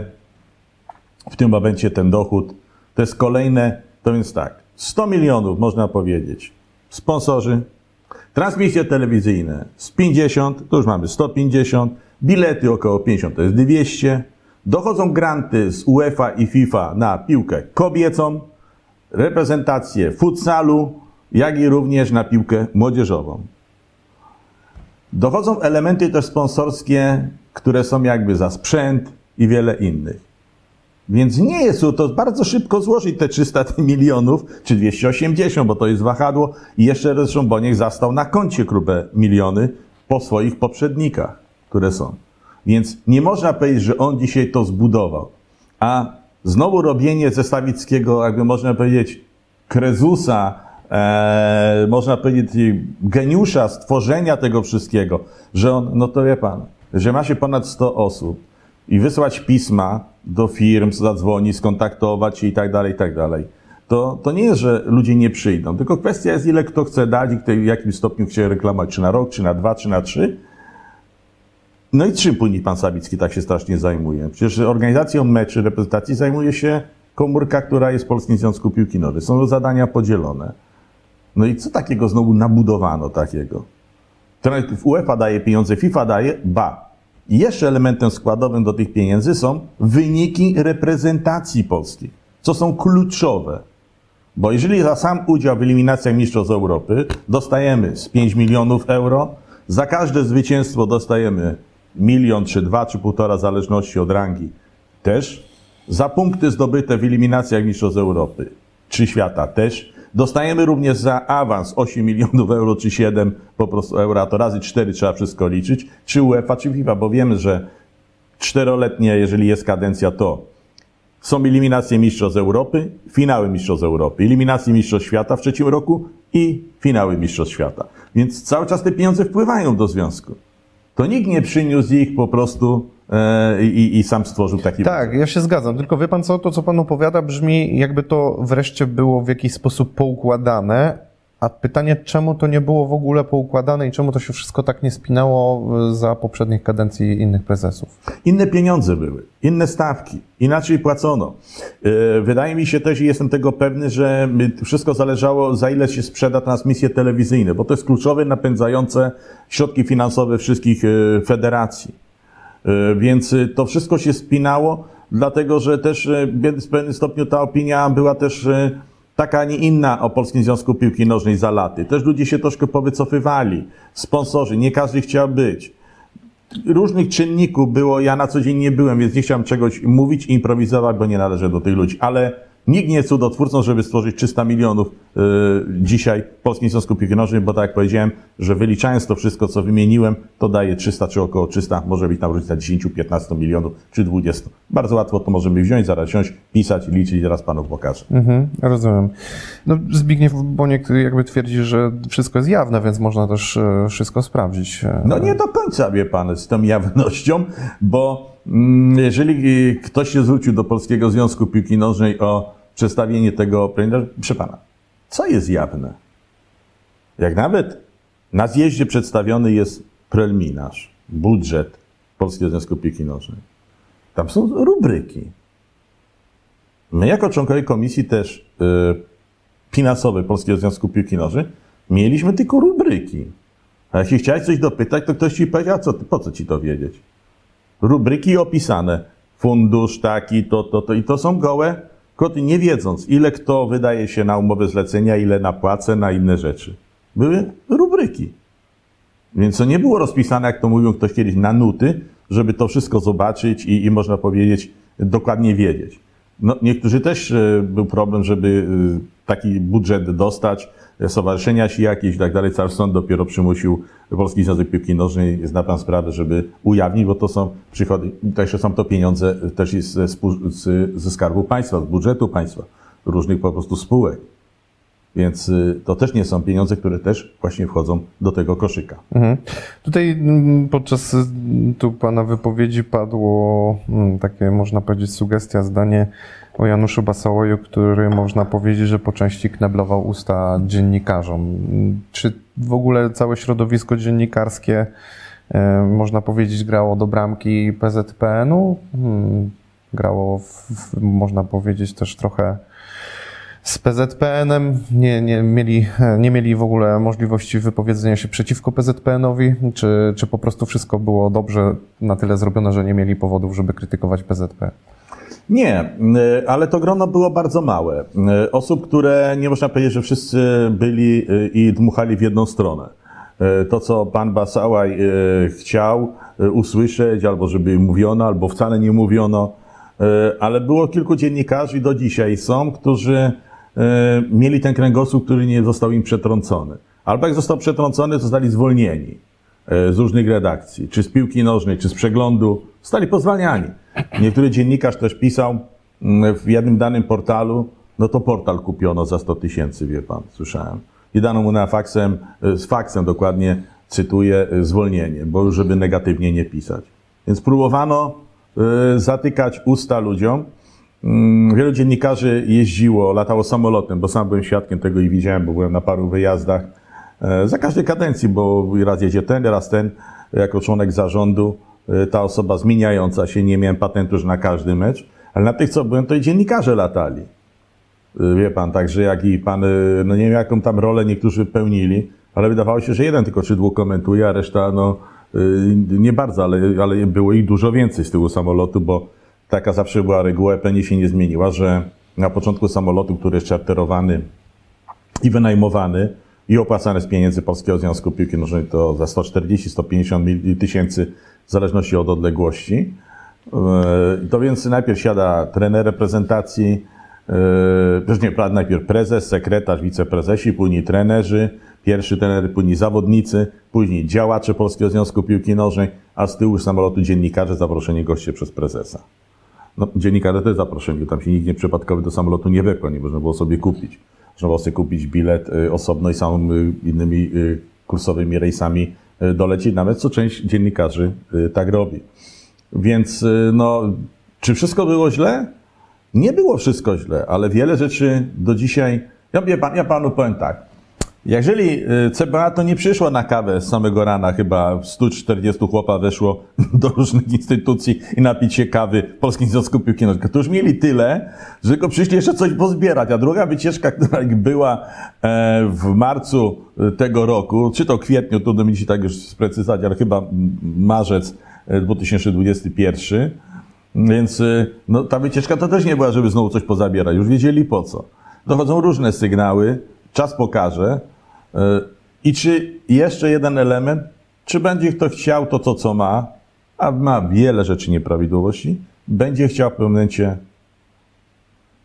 w tym momencie ten dochód. To jest kolejne, to więc tak, sto milionów można powiedzieć. Sponsorzy, transmisje telewizyjne z pięćdziesiąt, to już mamy sto pięćdziesiąt, bilety około pięćdziesiąt, to jest dwieście. Dochodzą granty z UEFA i FIFA na piłkę kobiecą, reprezentację futsalu, jak i również na piłkę młodzieżową. Dochodzą elementy też sponsorskie, które są jakby za sprzęt i wiele innych. Więc nie jest to bardzo szybko złożyć te trzysta milionów, czy dwieście osiemdziesiąt, bo to jest wahadło. I jeszcze zresztą Boniek zastał na koncie grube miliony po swoich poprzednikach, które są. Więc nie można powiedzieć, że on dzisiaj to zbudował. A znowu robienie ze Sawickiego, jakby można powiedzieć, Krezusa, e, można powiedzieć, geniusza stworzenia tego wszystkiego, że on, no to wie pan, że ma się ponad sto osób i wysłać pisma do firm, zadzwonić, skontaktować się i tak dalej, i tak dalej. To, to nie jest, że ludzie nie przyjdą, tylko kwestia jest, ile kto chce dać i w jakim stopniu chce reklamować, czy na rok, czy na dwa, czy na trzy. No i czym później pan Sawicki tak się strasznie zajmuje? Przecież organizacją meczy, reprezentacji zajmuje się komórka, która jest w Polskim Związku Piłki Nożnej. Są zadania podzielone. No i co takiego znowu nabudowano takiego? UEFA daje pieniądze, FIFA daje, ba. I jeszcze elementem składowym do tych pieniędzy są wyniki reprezentacji polskich, co są kluczowe. Bo jeżeli za sam udział w eliminacjach Mistrzostw Europy dostajemy z pięć milionów euro, za każde zwycięstwo dostajemy milion, czy dwa, czy półtora, w zależności od rangi też. Za punkty zdobyte w eliminacjach Mistrzostw Europy, czy świata też. Dostajemy również za awans osiem milionów euro, czy siedem po prostu euro, a to razy cztery trzeba wszystko liczyć, czy UEFA, czy FIFA, bo wiemy, że czteroletnie, jeżeli jest kadencja, to są eliminacje Mistrzostw Europy, finały Mistrzostw Europy, eliminacje Mistrzostw Świata w trzecim roku i finały Mistrzostw Świata. Więc cały czas te pieniądze wpływają do związku. To nikt nie przyniósł ich po prostu e, i, i sam stworzył taki... Tak, ja się zgadzam. Tylko wie pan co, to co pan opowiada brzmi, jakby to wreszcie było w jakiś sposób poukładane, a pytanie, czemu to nie było w ogóle poukładane i czemu to się wszystko tak nie spinało za poprzednich kadencji innych prezesów? Inne pieniądze były, inne stawki, inaczej płacono. Wydaje mi się też i jestem tego pewny, że wszystko zależało, za ile się sprzeda transmisje telewizyjne, bo to jest kluczowe, napędzające środki finansowe wszystkich federacji. Więc to wszystko się spinało, dlatego że też w pewnym stopniu ta opinia była też taka, a nie inna o Polskim Związku Piłki Nożnej za laty. Też ludzie się troszkę powycofywali. Sponsorzy, nie każdy chciał być. Różnych czynników było, ja na co dzień nie byłem, więc nie chciałem czegoś mówić i improwizować, bo nie należę do tych ludzi. Ale nikt nie jest cudotwórcą, żeby stworzyć trzysta milionów dzisiaj w Polskim Związku Piłki Nożnej, bo tak jak powiedziałem, że wyliczając to wszystko, co wymieniłem, to daje trzysta czy około trzysta, może być tam różnica dziesięć, piętnaście milionów czy dwadzieścia. Bardzo łatwo to możemy wziąć, zaraz siąść, pisać i liczyć i teraz panu pokażę. Mhm, rozumiem. No, Zbigniew Boniek jakby twierdzi, że wszystko jest jawne, więc można też wszystko sprawdzić. No nie do końca, wie pan, z tą jawnością, bo jeżeli ktoś się zwrócił do Polskiego Związku Piłki Nożnej o przedstawienie tego, proszę pana, co jest jawne? Jak nawet na zjeździe przedstawiony jest preliminarz, budżet Polskiego Związku Piłki Nożnej. Tam są rubryki. My jako członkowie komisji też yy, finansowej Polskiego Związku Piłki Nożnej mieliśmy tylko rubryki. A jeśli chciałeś coś dopytać, to ktoś ci powiedział, a co, po co ci to wiedzieć? Rubryki opisane. Fundusz taki, to, to, to. I to są gołe koty, nie wiedząc, ile kto wydaje się na umowę zlecenia, ile na płacę, na inne rzeczy. Były rubryki. Więc to nie było rozpisane, jak to mówią ktoś kiedyś, na nuty, żeby to wszystko zobaczyć i, i można powiedzieć, dokładnie wiedzieć. No, niektórzy też e, był problem, żeby e, taki budżet dostać, stowarzyszenia się jakieś i tak dalej. Cały sąd dopiero przymusił Polski Związek Piłki Nożnej, zna pan sprawę, żeby ujawnić, bo to są przychody, też są to pieniądze też z, z, ze Skarbu Państwa, z budżetu państwa, różnych po prostu spółek. Więc to też nie są pieniądze, które też właśnie wchodzą do tego koszyka. Mhm. Tutaj podczas tu pana wypowiedzi padło takie, można powiedzieć, sugestia, zdanie o Januszu Basałoju, który można powiedzieć, że po części kneblował usta dziennikarzom. Czy w ogóle całe środowisko dziennikarskie, można powiedzieć, grało do bramki P Z P N-u? Grało, w, można powiedzieć, też trochę z P Z P N-em, nie, nie, mieli, nie mieli w ogóle możliwości wypowiedzenia się przeciwko P Z P N-owi, czy, czy po prostu wszystko było dobrze na tyle zrobione, że nie mieli powodów, żeby krytykować P Z P? Nie, ale to grono było bardzo małe. Osób, które nie można powiedzieć, że wszyscy byli i dmuchali w jedną stronę. To, co pan Basałaj chciał usłyszeć, albo żeby mówiono, albo wcale nie mówiono, ale było kilku dziennikarzy i do dzisiaj są, którzy mieli ten kręgosłup, który nie został im przetrącony. Albo jak został przetrącony, to zostali zwolnieni z różnych redakcji, czy z piłki nożnej, czy z przeglądu. Zostali pozwalniani. Niektóry dziennikarz też pisał w jednym danym portalu, no to portal kupiono za sto tysięcy, wie pan, słyszałem. I dano mu na faksem, z faksem dokładnie, cytuję, zwolnienie, bo już żeby negatywnie nie pisać. Więc próbowano zatykać usta ludziom. Wielu dziennikarzy jeździło, latało samolotem, bo sam byłem świadkiem tego i widziałem, bo byłem na paru wyjazdach. Za każdej kadencji, bo raz jedzie ten, raz ten, jako członek zarządu, ta osoba zmieniająca się, nie miałem patentu, że na każdy mecz, ale na tych, co byłem, to i dziennikarze latali. Wie pan, także jak i pan, no nie wiem, jaką tam rolę niektórzy pełnili, ale wydawało się, że jeden tylko czy dwóch komentuje, a reszta, no, nie bardzo, ale, ale było ich dużo więcej z tyłu samolotu, bo taka zawsze była reguła, pewnie się nie zmieniła, że na początku samolotu, który jest czarterowany i wynajmowany i opłacany z pieniędzy Polskiego Związku Piłki Nożnej, to za sto czterdzieści do stu pięćdziesięciu tysięcy w zależności od odległości. To więc najpierw siada trener reprezentacji, też nie, najpierw prezes, sekretarz, wiceprezesi, później trenerzy, pierwszy trener, później zawodnicy, później działacze Polskiego Związku Piłki Nożnej, a z tyłu samolotu dziennikarze, zaproszeni goście przez prezesa. No, dziennikarze też zaproszeni, tam się nikt nieprzypadkowy do samolotu nie wepchał, nie można było sobie kupić. Można było sobie kupić bilet osobno i samą innymi kursowymi rejsami dolecieć, nawet co część dziennikarzy tak robi. Więc no, czy wszystko było źle? Nie było wszystko źle, ale wiele rzeczy do dzisiaj... Ja, ja panu powiem tak. Jeżeli C B A to nie przyszło na kawę z samego rana, chyba stu czterdziestu chłopa weszło do różnych instytucji i napić się kawy w Polskim Związku Piłki Nożnej, to już mieli tyle, że tylko przyszli jeszcze coś pozbierać. A druga wycieczka, która była w marcu tego roku, czy to kwietniu, trudno mi się tak już sprecyzować, ale chyba marzec dwa tysiące dwudziesty pierwszy, więc no, ta wycieczka to też nie była, żeby znowu coś pozabierać. Już wiedzieli po co. Dochodzą różne sygnały, czas pokaże. I czy jeszcze jeden element, czy będzie kto chciał to, to co ma, a ma wiele rzeczy nieprawidłowości, będzie chciał w pewnym momencie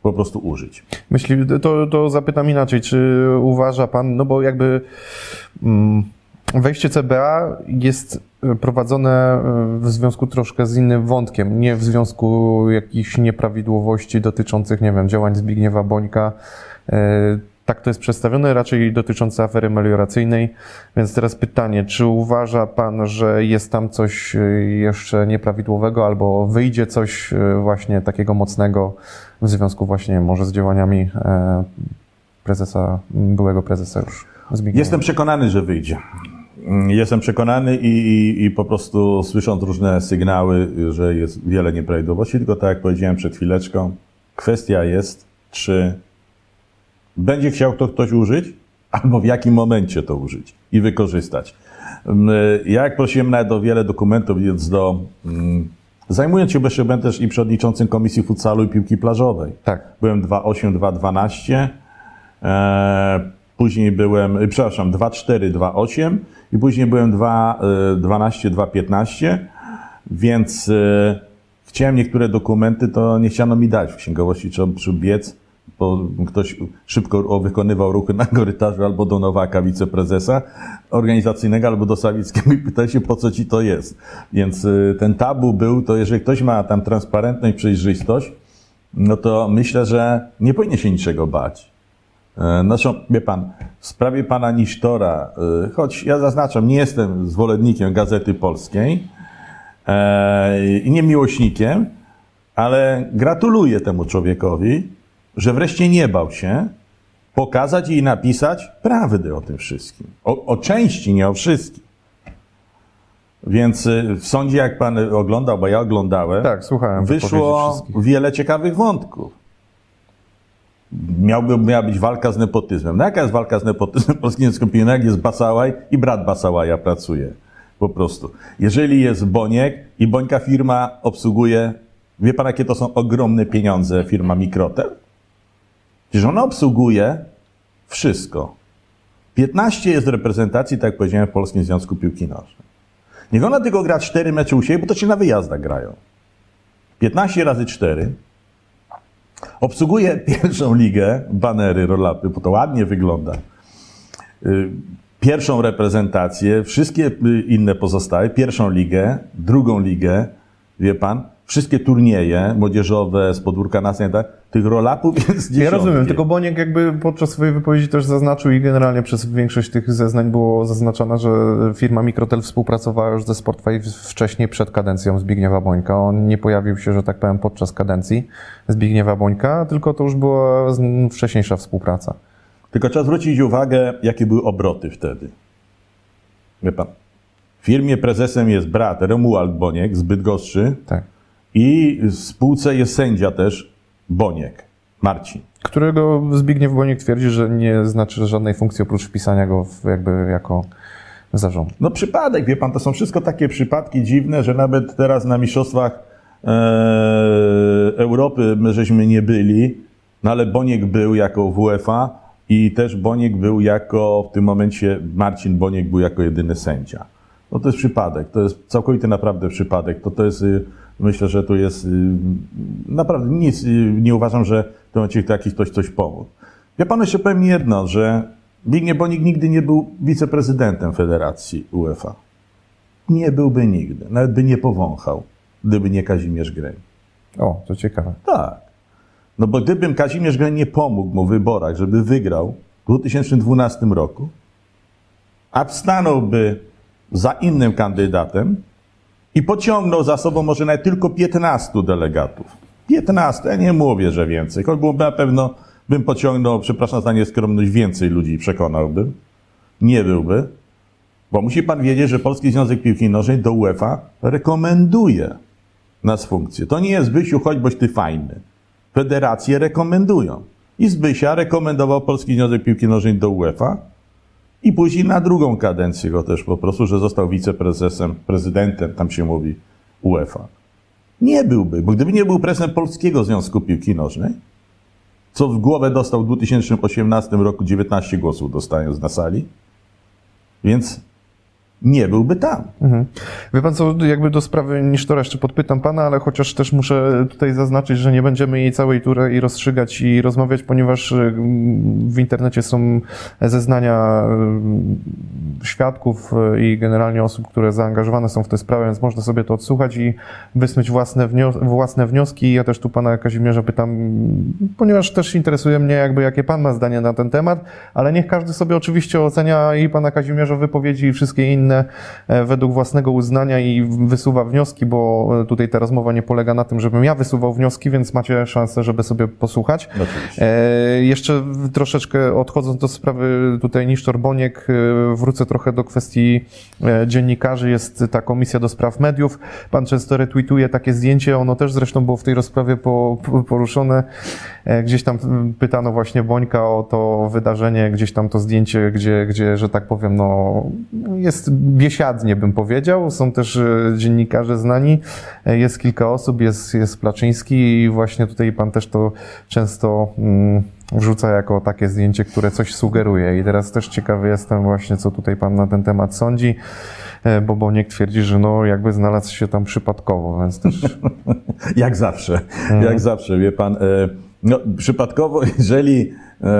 po prostu użyć. Myśli, to, to zapytam inaczej, czy uważa pan, no bo jakby mm, wejście C B A jest prowadzone w związku troszkę z innym wątkiem, nie w związku jakichś nieprawidłowości dotyczących, nie wiem, działań Zbigniewa Bońka. Tak to jest przedstawione, raczej dotyczące afery melioracyjnej. Więc teraz pytanie, czy uważa pan, że jest tam coś jeszcze nieprawidłowego albo wyjdzie coś właśnie takiego mocnego w związku właśnie może z działaniami prezesa, byłego prezesa już Zbigniewa? Jestem przekonany, że wyjdzie. Jestem przekonany i, i, i po prostu słysząc różne sygnały, że jest wiele nieprawidłowości, tylko tak jak powiedziałem przed chwileczką, kwestia jest, czy będzie chciał to ktoś użyć, albo w jakim momencie to użyć i wykorzystać. Ja jak prosiłem nawet o wiele dokumentów, więc do... Zajmując się, bo jeszcze byłem też i przewodniczącym Komisji Futsalu i Piłki Plażowej. Tak. Byłem dwa osiem dwa dwanaście, e, później byłem, przepraszam, dwa cztery dwa osiem i później byłem dwa dwanaście dwa piętnaście, więc e, chciałem niektóre dokumenty, to nie chciano mi dać w księgowości, trzeba przy biec, bo ktoś szybko wykonywał ruchy na korytarzu albo do Nowaka, wiceprezesa organizacyjnego, albo do Sawickiego i pyta się, po co ci to jest. Więc ten tabu był, to jeżeli ktoś ma tam transparentność, przejrzystość, no to myślę, że nie powinien się niczego bać. Zresztą, wie pan, w sprawie pana Nisztora, choć ja zaznaczam, nie jestem zwolennikiem Gazety Polskiej i nie miłośnikiem, ale gratuluję temu człowiekowi, że wreszcie nie bał się pokazać i napisać prawdy o tym wszystkim. O, o części, nie o wszystkim. Więc w sądzie, jak pan oglądał, bo ja oglądałem, tak, słuchałem, wyszło wiele ciekawych wątków. Miałby, miała być walka z nepotyzmem. No jaka jest walka z nepotyzmem? Polski Związek Piłkarski, jak jest Basałaj i brat Basałaja pracuje. Po prostu. Jeżeli jest Boniek i Bońka firma obsługuje, wie pan, jakie to są ogromne pieniądze, firma Mikrotel? Przecież ona obsługuje wszystko. piętnaście jest reprezentacji, tak jak powiedziałem, w Polskim Związku Piłki Nożnej. Niech ona tylko gra cztery mecze u siebie, bo to się na wyjazdach grają. piętnaście razy cztery. Obsługuje pierwszą ligę, banery, roll-upy, bo to ładnie wygląda. Pierwszą reprezentację, wszystkie inne pozostałe, pierwszą ligę, drugą ligę, wie pan, wszystkie turnieje młodzieżowe z podwórka na tak, tych roll-upów jest dziesiątki. Ja rozumiem, tylko Boniek jakby podczas swojej wypowiedzi też zaznaczył i generalnie przez większość tych zeznań było zaznaczone, że firma Mikrotel współpracowała już ze Sportfy wcześniej przed kadencją Zbigniewa Bońka. On nie pojawił się, że tak powiem, podczas kadencji Zbigniewa Bońka, tylko to już była wcześniejsza współpraca. Tylko trzeba zwrócić uwagę, jakie były obroty wtedy. Wie pan, w firmie prezesem jest brat Romuald Boniek z Bydgoszczy. Tak. I w spółce jest sędzia też Boniek, Marcin. Którego Zbigniew Boniek twierdzi, że nie znaczy żadnej funkcji oprócz wpisania go w jakby jako zarząd. No przypadek, wie pan, to są wszystko takie przypadki dziwne, że nawet teraz na mistrzostwach e, Europy my żeśmy nie byli, no ale Boniek był jako W F A i też Boniek był jako, w tym momencie Marcin Boniek był jako jedyny sędzia. No to jest przypadek, to jest całkowity naprawdę przypadek, to to jest... Myślę, że tu jest naprawdę nic, nie uważam, że w tym momencie taki ktoś coś pomógł. Ja panu jeszcze powiem jedno, że Zbigniew Bonik nigdy nie był wiceprezydentem Federacji U E F A. Nie byłby nigdy, nawet by nie powąchał, gdyby nie Kazimierz Greń. O, to ciekawe. Tak. No bo gdybym Kazimierz Greń nie pomógł mu w wyborach, żeby wygrał w dwa tysiące dwunastym roku, a stanąłby za innym kandydatem, i pociągnął za sobą może nawet tylko piętnastu delegatów. piętnastu, ja nie mówię, że więcej. Choć byłoby na pewno, bym pociągnął, przepraszam za nieskromność, więcej ludzi przekonałbym. Nie byłby. Bo musi pan wiedzieć, że Polski Związek Piłki Nożnej do U E F A rekomenduje nas funkcję. To nie jest Zbysiu, chodź, boś ty fajny. Federacje rekomendują. I Zbysia rekomendował Polski Związek Piłki Nożnej do U E F A. I później na drugą kadencję go też po prostu, że został wiceprezesem, prezydentem, tam się mówi, U E F A. Nie byłby, bo gdyby nie był prezesem Polskiego Związku Piłki Nożnej, co w głowę dostał w dwa tysiące osiemnastym roku dziewiętnaście głosów dostając na sali, więc nie byłby tam. Mhm. Wie pan co, jakby do sprawy Nisztora jeszcze podpytam pana, ale chociaż też muszę tutaj zaznaczyć, że nie będziemy jej całej tury rozstrzygać i rozmawiać, ponieważ w internecie są zeznania świadków i generalnie osób, które zaangażowane są w tę sprawę, więc można sobie to odsłuchać i wysnuć własne, wnio- własne wnioski. Ja też tu pana Kazimierza pytam, ponieważ też interesuje mnie jakby jakie pan ma zdanie na ten temat, ale niech każdy sobie oczywiście ocenia i pana Kazimierza wypowiedzi i wszystkie inne według własnego uznania i wysuwa wnioski, bo tutaj ta rozmowa nie polega na tym, żebym ja wysuwał wnioski, więc macie szansę, żeby sobie posłuchać. Oczywiście. E, jeszcze troszeczkę odchodząc do sprawy tutaj Nisztor Boniek, wrócę trochę do kwestii dziennikarzy. Jest ta Komisja do Spraw Mediów. Pan często retweetuje takie zdjęcie, ono też zresztą było w tej rozprawie po, po, poruszone. Gdzieś tam pytano właśnie Bońka o to wydarzenie, gdzieś tam to zdjęcie, gdzie, gdzie że tak powiem, no jest biesiadnie, bym powiedział. Są też dziennikarze znani. Jest kilka osób, jest, jest Placzyński i właśnie tutaj pan też to często mm, wrzuca jako takie zdjęcie, które coś sugeruje. I teraz też ciekawy jestem właśnie, co tutaj pan na ten temat sądzi, bo Boniek twierdzi, że no jakby znalazł się tam przypadkowo, więc też... Jak zawsze, Mhm. jak zawsze, wie pan. No, przypadkowo, jeżeli...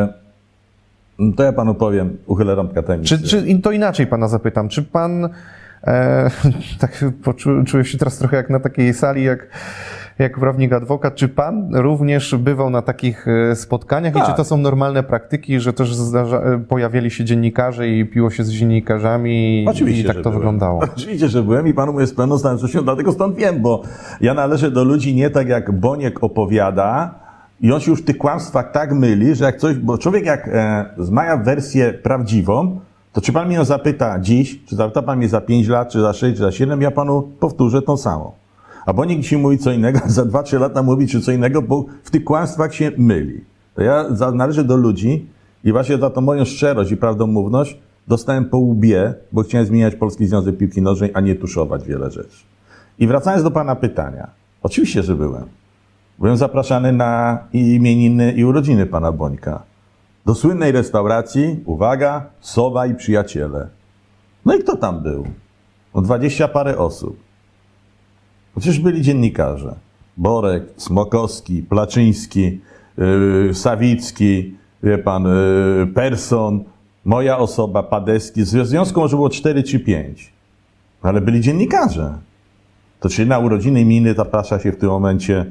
To ja panu powiem, uchylę rąbka tajemnicy. Czy, czy to inaczej pana zapytam, czy pan e, tak poczu, czuję się teraz trochę jak na takiej sali, jak, jak prawnik adwokat, czy pan również bywał na takich spotkaniach tak. i czy to są normalne praktyki, że też zdarza, pojawiali się dziennikarze i piło się z dziennikarzami Oczywiście, i tak że to byłem. wyglądało? Oczywiście, że byłem i panu mówię z pełną znajomością, dlatego stąd wiem, bo ja należę do ludzi nie tak jak Boniek opowiada, i on się już w tych kłamstwach tak myli, że jak coś, bo człowiek jak e, ma wersję prawdziwą, to czy pan mnie zapyta dziś, czy zapyta pan mnie za pięć lat, czy za sześć, czy za siedem, ja panu powtórzę tą samą. A Boniek dzisiaj mówi co innego, a za dwa, trzy lata mówi czy co innego, bo w tych kłamstwach się myli. To ja za, należę do ludzi i właśnie za tą moją szczerość i prawdomówność dostałem po łbie, bo chciałem zmieniać Polski Związek Piłki Nożnej, a nie tuszować wiele rzeczy. I wracając do pana pytania. Oczywiście, że byłem. Byłem zapraszany na imieniny i urodziny pana Bońka. Do słynnej restauracji, uwaga, Sowa i przyjaciele. No i kto tam był? No dwadzieścia parę osób. Przecież byli dziennikarze. Borek, Smokowski, Placzyński, yy, Sawicki, wie pan, yy, Persson, moja osoba, Padeski. W związku może było cztery czy pięć. Ale byli dziennikarze. To czy na urodziny imieniny zaprasza się w tym momencie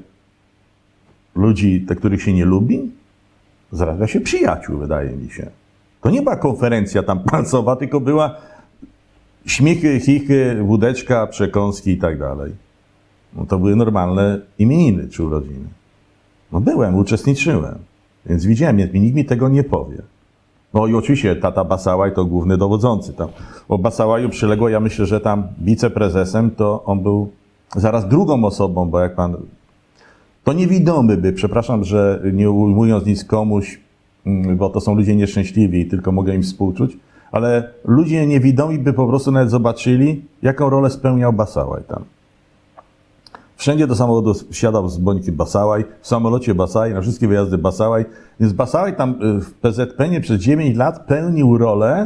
ludzi, te, których się nie lubi? Zarabia się przyjaciół, wydaje mi się. To nie była konferencja tam palcowa, tylko była śmichy, chichy, wódeczka, przekąski i tak dalej. No to były normalne imieniny czy urodziny. No byłem, uczestniczyłem, więc widziałem, nikt mi tego nie powie. No i oczywiście tata Basałaj to główny dowodzący tam. O Basałaju przyległo, ja myślę, że tam wiceprezesem to on był zaraz drugą osobą, bo jak pan... To niewidomy by, przepraszam, że nie ujmując nic komuś, bo to są ludzie nieszczęśliwi i tylko mogę im współczuć, ale ludzie niewidomi by po prostu nawet zobaczyli, jaką rolę spełniał Basałaj tam. Wszędzie do samochodu wsiadał z Bońki Basałaj, w samolocie Basałaj, na wszystkie wyjazdy Basałaj. Więc Basałaj tam w P Z P nie przez dziewięć lat pełnił rolę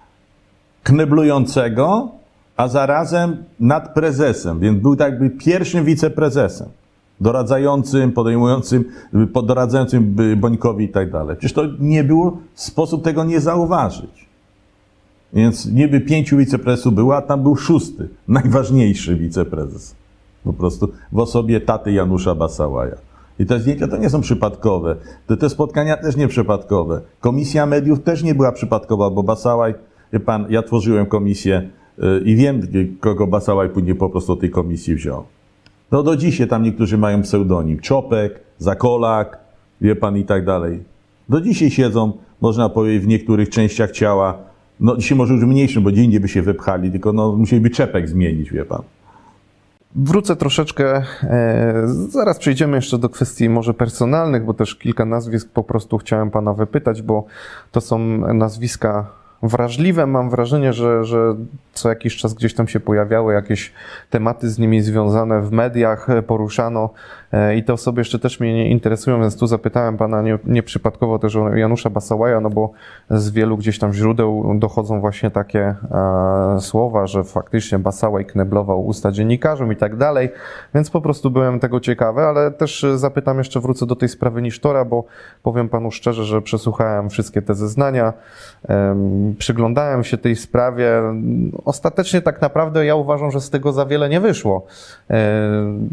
kneblującego, a zarazem nad prezesem, więc był tak jakby pierwszym wiceprezesem. Doradzającym, podejmującym, doradzającym Bońkowi i tak dalej. Przecież to nie było sposób tego nie zauważyć. Więc niby pięciu wiceprezesów było, a tam był szósty, najważniejszy wiceprezes. Po prostu w osobie taty Janusza Basałaja. I te zdjęcia to nie są przypadkowe. Te, te spotkania też nie przypadkowe. Komisja mediów też nie była przypadkowa, bo Basałaj, wie pan, ja tworzyłem komisję yy, i wiem, kogo Basałaj później po prostu tej komisji wziął. No do dzisiaj tam niektórzy mają pseudonim. Czopek, Zakolak, wie pan i tak dalej. Do dzisiaj siedzą, można powiedzieć, w niektórych częściach ciała. No dzisiaj może już mniejszym, bo gdzie indziej by się wypchali, tylko no musieliby czepek zmienić, wie pan. Wrócę troszeczkę, e, zaraz przejdziemy jeszcze do kwestii może personalnych, bo też kilka nazwisk po prostu chciałem pana wypytać, bo to są nazwiska wrażliwe. Mam wrażenie, że, że co jakiś czas gdzieś tam się pojawiały jakieś tematy z nimi związane w mediach, poruszano i te osoby jeszcze też mnie nie interesują, więc tu zapytałem pana nie, nieprzypadkowo też o Janusza Basałaja, no bo z wielu gdzieś tam źródeł dochodzą właśnie takie e, słowa, że faktycznie Basałaj kneblował usta dziennikarzom i tak dalej, więc po prostu byłem tego ciekawy, ale też zapytam jeszcze, wrócę do tej sprawy Nisztora, bo powiem panu szczerze, że przesłuchałem wszystkie te zeznania, e, przyglądałem się tej sprawie. Ostatecznie tak naprawdę ja uważam, że z tego za wiele nie wyszło. E,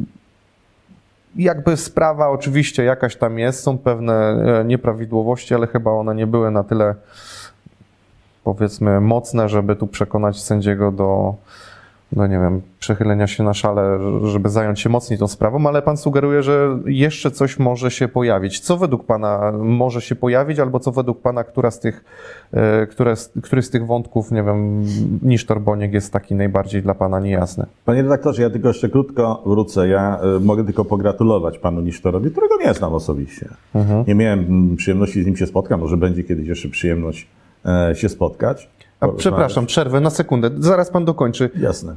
Jakby sprawa oczywiście jakaś tam jest, są pewne nieprawidłowości, ale chyba one nie były na tyle, powiedzmy, mocne, żeby tu przekonać sędziego do, no nie wiem, przechylenia się na szale, żeby zająć się mocniej tą sprawą, ale pan sugeruje, że jeszcze coś może się pojawić. Co według pana może się pojawić, albo co według pana, która z tych, które, który z tych wątków, nie wiem, Nisztor Boniek jest taki najbardziej dla pana niejasny? Panie redaktorze, ja tylko jeszcze krótko wrócę. Ja y, mogę tylko pogratulować panu Nisztorowi, którego nie znam osobiście. Mhm. Nie miałem przyjemności z nim się spotkać, może będzie kiedyś jeszcze przyjemność e, się spotkać. A przepraszam, przerwę na sekundę. Zaraz pan dokończy. Jasne.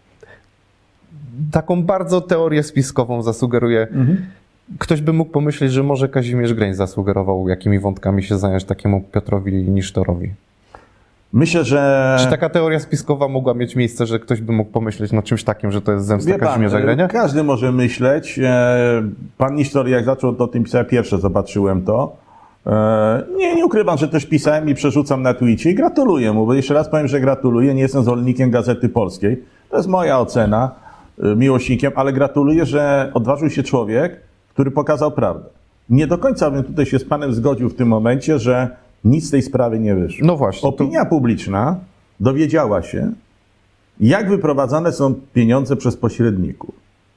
Taką bardzo teorię spiskową zasugeruję. Mhm. Ktoś by mógł pomyśleć, że może Kazimierz Greń zasugerował, jakimi wątkami się zająć takiemu Piotrowi Nisztorowi. Myślę, że... Czy taka teoria spiskowa mogła mieć miejsce, że ktoś by mógł pomyśleć nad czymś takim, że to jest zemsta Kazimierza Grenia? Każdy może myśleć. Pan Nisztor, jak zaczął o tym pisać, pierwsze zobaczyłem to. Nie, nie ukrywam, że też pisałem i przerzucam na Twitcie i gratuluję mu, bo jeszcze raz powiem, że gratuluję. Nie jestem zwolennikiem Gazety Polskiej. To jest moja ocena, miłośnikiem, ale gratuluję, że odważył się człowiek, który pokazał prawdę. Nie do końca bym tutaj się z panem zgodził w tym momencie, że nic z tej sprawy nie wyszło. No właśnie. Opinia to... publiczna dowiedziała się, jak wyprowadzane są pieniądze przez pośredników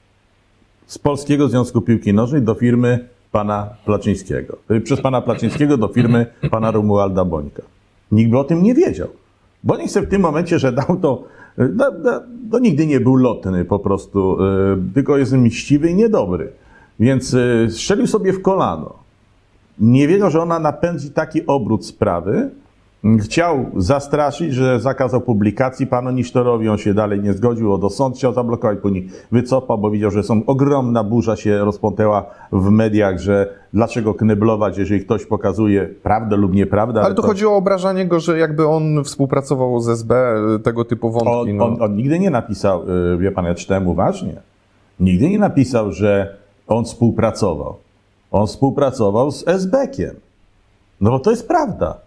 z Polskiego Związku Piłki Nożnej do firmy pana Placzyńskiego. Przez pana Placzyńskiego do firmy pana Romualda Bońka. Nikt by o tym nie wiedział. Bońk sobie w tym momencie, że dał to, no, no, no nigdy nie był lotny po prostu, yy, tylko jest mściwy i niedobry. Więc yy, strzelił sobie w kolano. Nie wiedział, że ona napędzi taki obrót sprawy. Chciał zastraszyć, że zakazał publikacji panu Nisztorowi, on się dalej nie zgodził, o do sąd chciał zablokować, później wycofał, bo widział, że są ogromna burza się rozpątęła w mediach, że dlaczego kneblować, jeżeli ktoś pokazuje prawdę lub nieprawdę. Ale, ale tu to... chodziło o obrażanie go, że jakby on współpracował z S B, tego typu wątki. On, no. on, on nigdy nie napisał, wie pan, ja czytałem uważnie, nigdy nie napisał, że on współpracował. On współpracował z S B kiem. No bo to jest prawda.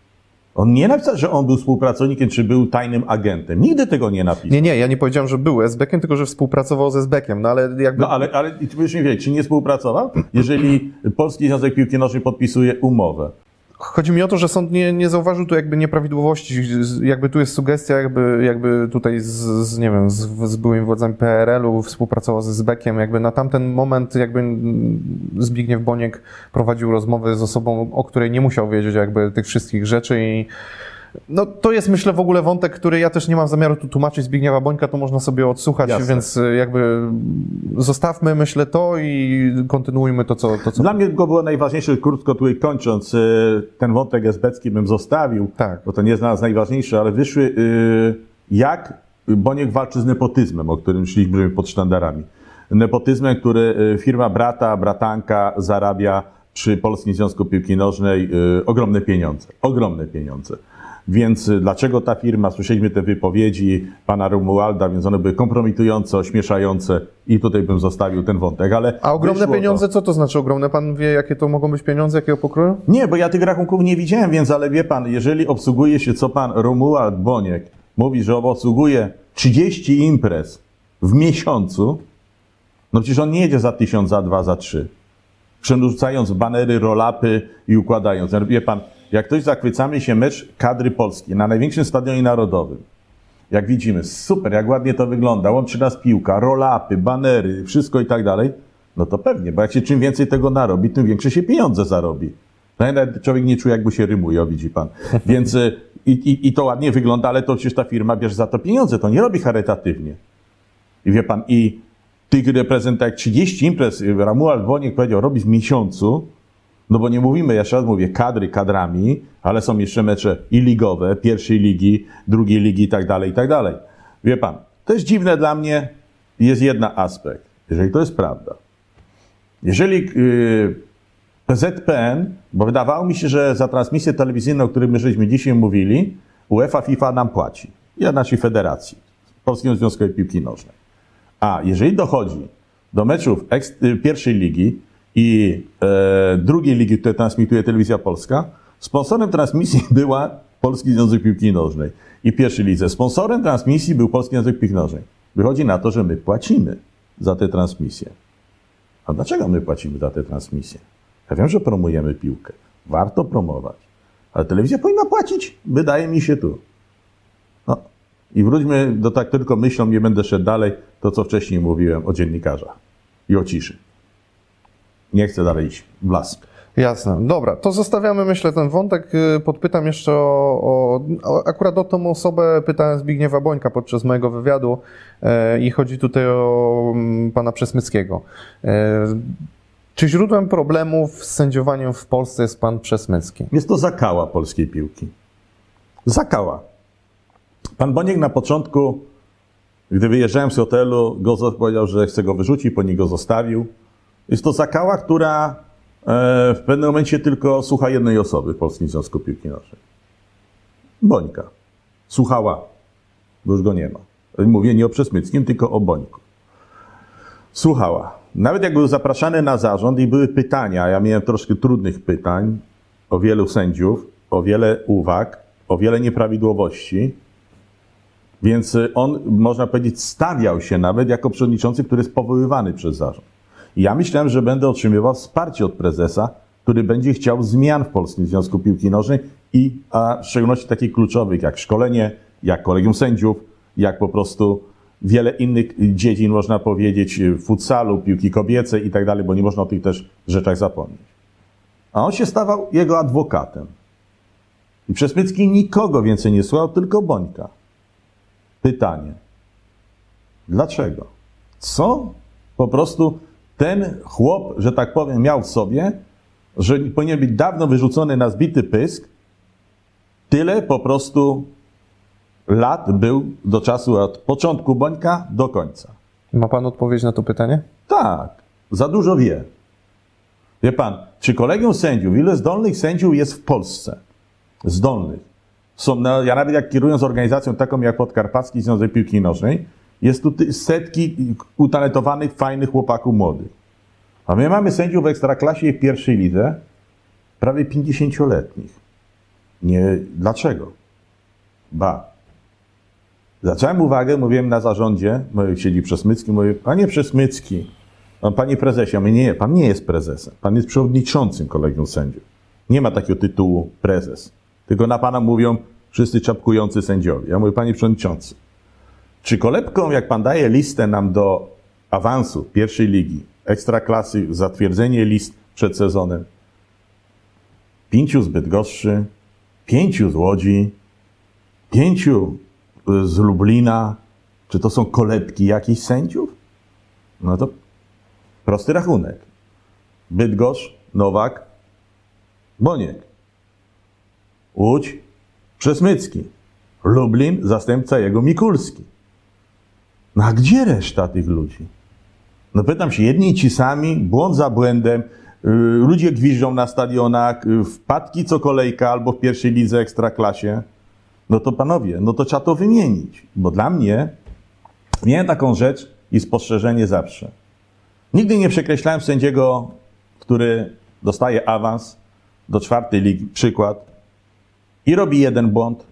On nie napisał, że on był współpracownikiem, czy był tajnym agentem. Nigdy tego nie napisał. Nie, nie, ja nie powiedziałem, że był S B kiem, tylko że współpracował z S B kiem, no ale jakby... No ale, ale proszę mi wiedzieć, czy nie współpracował? Jeżeli Polski Związek Piłki Nożnej podpisuje umowę. Chodzi mi o to, że sąd nie, nie zauważył tu jakby nieprawidłowości, jakby tu jest sugestia, jakby, jakby tutaj z, z nie wiem, z, z byłymi władzami P R L u współpracował ze S B kiem, jakby na tamten moment jakby Zbigniew Boniek prowadził rozmowy z osobą, o której nie musiał wiedzieć jakby tych wszystkich rzeczy i no to jest, myślę, w ogóle wątek, który ja też nie mam zamiaru tu tłumaczyć Zbigniewa Bońka, to można sobie odsłuchać, Jasne. Więc jakby zostawmy, myślę, to i kontynuujmy to, co... To, co... Dla mnie go było najważniejsze, krótko tutaj kończąc, ten wątek esbecki bym zostawił, tak. Bo to nie jest dla nas najważniejsze, ale wyszły, jak Boniek walczy z nepotyzmem, o którym szliśmy pod sztandarami. Nepotyzmem, który firma brata, bratanka zarabia przy Polskim Związku Piłki Nożnej ogromne pieniądze, ogromne pieniądze. Więc dlaczego ta firma, słyszeliśmy te wypowiedzi pana Romualda, więc one były kompromitujące, ośmieszające i tutaj bym zostawił ten wątek, ale... A ogromne pieniądze, to... co to znaczy ogromne? Pan wie, jakie to mogą być pieniądze, jakiego pokroju? Nie, bo ja tych rachunków nie widziałem, więc ale wie pan, jeżeli obsługuje się, co pan Romuald Boniek mówi, że obsługuje trzydzieści imprez w miesiącu, no przecież on nie jedzie za tysiąc, za dwa, za trzy. Przerzucając banery, roll-upy i układając. Wie pan, jak ktoś zachwycamy się mecz kadry polskiej na największym stadionie narodowym, jak widzimy, super, jak ładnie to wygląda, łączy nas piłka, roll-upy, banery, wszystko i tak dalej, no to pewnie, bo jak się czym więcej tego narobi, tym większe się pieniądze zarobi. Nawet człowiek nie czuje, jakby się rymuje, o widzi pan. Więc i, i, i to ładnie wygląda, ale to przecież ta firma bierze za to pieniądze, to nie robi charytatywnie. I wie pan, i tych reprezentantów, jak trzydzieści imprez, Romuald Boniek powiedział, robi w miesiącu, No bo nie mówimy, jeszcze raz mówię, kadry kadrami, ale są jeszcze mecze i ligowe, pierwszej ligi, drugiej ligi i tak dalej, i tak dalej. Wie pan, to jest dziwne dla mnie, jest jeden aspekt, jeżeli to jest prawda. Jeżeli yy, P Z P N, bo wydawało mi się, że za transmisję telewizyjną, o której my żeśmy dzisiaj mówili, UEFA, FIFA nam płaci. Ja naszej federacji, Polskiego Związku Piłki Nożnej. A jeżeli dochodzi do meczów pierwszej ligi i e, drugiej ligi, które transmituje Telewizja Polska, sponsorem transmisji była Polski Związek Piłki Nożnej i pierwszej lidze. Sponsorem transmisji był Polski Związek Piłki Nożnej. Wychodzi na to, że my płacimy za te transmisje. A dlaczego my płacimy za te transmisje? Ja wiem, że promujemy piłkę. Warto promować. Ale telewizja powinna płacić. Wydaje mi się tu. No. I wróćmy do tak tylko myślą, nie będę szedł dalej, to co wcześniej mówiłem o dziennikarzach i o ciszy. Nie chcę dalej iść w las. Jasne. Dobra, to zostawiamy, myślę, ten wątek. Podpytam jeszcze o, o akurat o tą osobę pytałem Zbigniewa Bońka podczas mojego wywiadu e, i chodzi tutaj o m, pana Przesmyckiego. E, czy źródłem problemów z sędziowaniem w Polsce jest pan Przesmycki? Jest to zakała polskiej piłki. Zakała. Pan Boniek na początku, gdy wyjeżdżałem z hotelu, Gozo powiedział, że chce go wyrzucić, po go zostawił. Jest to zakała, która w pewnym momencie tylko słucha jednej osoby w Polskim Związku Piłki Nożnej. Bońka. Słuchała, bo już go nie ma. Mówię nie o Przesmyckim, tylko o Bońku. Słuchała. Nawet jak był zapraszany na zarząd i były pytania, ja miałem troszkę trudnych pytań o wielu sędziów, o wiele uwag, o wiele nieprawidłowości, więc on, można powiedzieć, stawiał się nawet jako przewodniczący, który jest powoływany przez zarząd. I ja myślałem, że będę otrzymywał wsparcie od prezesa, który będzie chciał zmian w Polskim Związku Piłki Nożnej i a w szczególności takich kluczowych jak szkolenie, jak kolegium sędziów, jak po prostu wiele innych dziedzin, można powiedzieć, futsalu, piłki kobiecej i tak dalej, bo nie można o tych też rzeczach zapomnieć. A on się stawał jego adwokatem. I Przesmycki nikogo więcej nie słuchał, tylko Bońka. Pytanie. Dlaczego? Co po prostu ten chłop, że tak powiem, miał w sobie, że powinien być dawno wyrzucony na zbity pysk, tyle po prostu lat był do czasu od początku Bońka do końca. Ma pan odpowiedź na to pytanie? Tak, za dużo wie. Wie pan, czy kolegium sędziów, ile zdolnych sędziów jest w Polsce? Zdolnych. Są, no, ja nawet jak kierując organizacją taką jak Podkarpacki Związek Piłki Nożnej, jest tu setki utalentowanych, fajnych chłopaków młodych. A my mamy sędziów w Ekstraklasie i w pierwszej lidze prawie pięćdziesięcioletnich. Nie, dlaczego? Ba. Zwracałem uwagę, mówiłem na zarządzie, siedzi Przesmycki, mówię, panie Przesmycki, panie prezesie, ja mówię, nie, pan nie jest prezesem, pan jest przewodniczącym kolegium sędziów. Nie ma takiego tytułu prezes. Tylko na pana mówią wszyscy czapkujący sędziowie. Ja mówię, panie przewodniczący, czy kolebką, jak pan daje listę nam do awansu pierwszej ligi, ekstraklasy, zatwierdzenie list przed sezonem, pięciu z Bydgoszczy, pięciu z Łodzi, pięciu z Lublina, czy to są kolebki jakichś sędziów? No to prosty rachunek. Bydgoszcz, Nowak, Boniek. Łódź, Przesmycki. Lublin, zastępca jego Mikulski. No a gdzie reszta tych ludzi? No pytam się, jedni i ci sami, błąd za błędem, yy, ludzie gwiżdżą na stadionach, yy, wpadki co kolejka albo w pierwszej lidze ekstraklasie. No to panowie, no to trzeba to wymienić. Bo dla mnie, miałem taką rzecz i spostrzeżenie zawsze. Nigdy nie przekreślałem sędziego, który dostaje awans do czwartej ligi, przykład, i robi jeden błąd.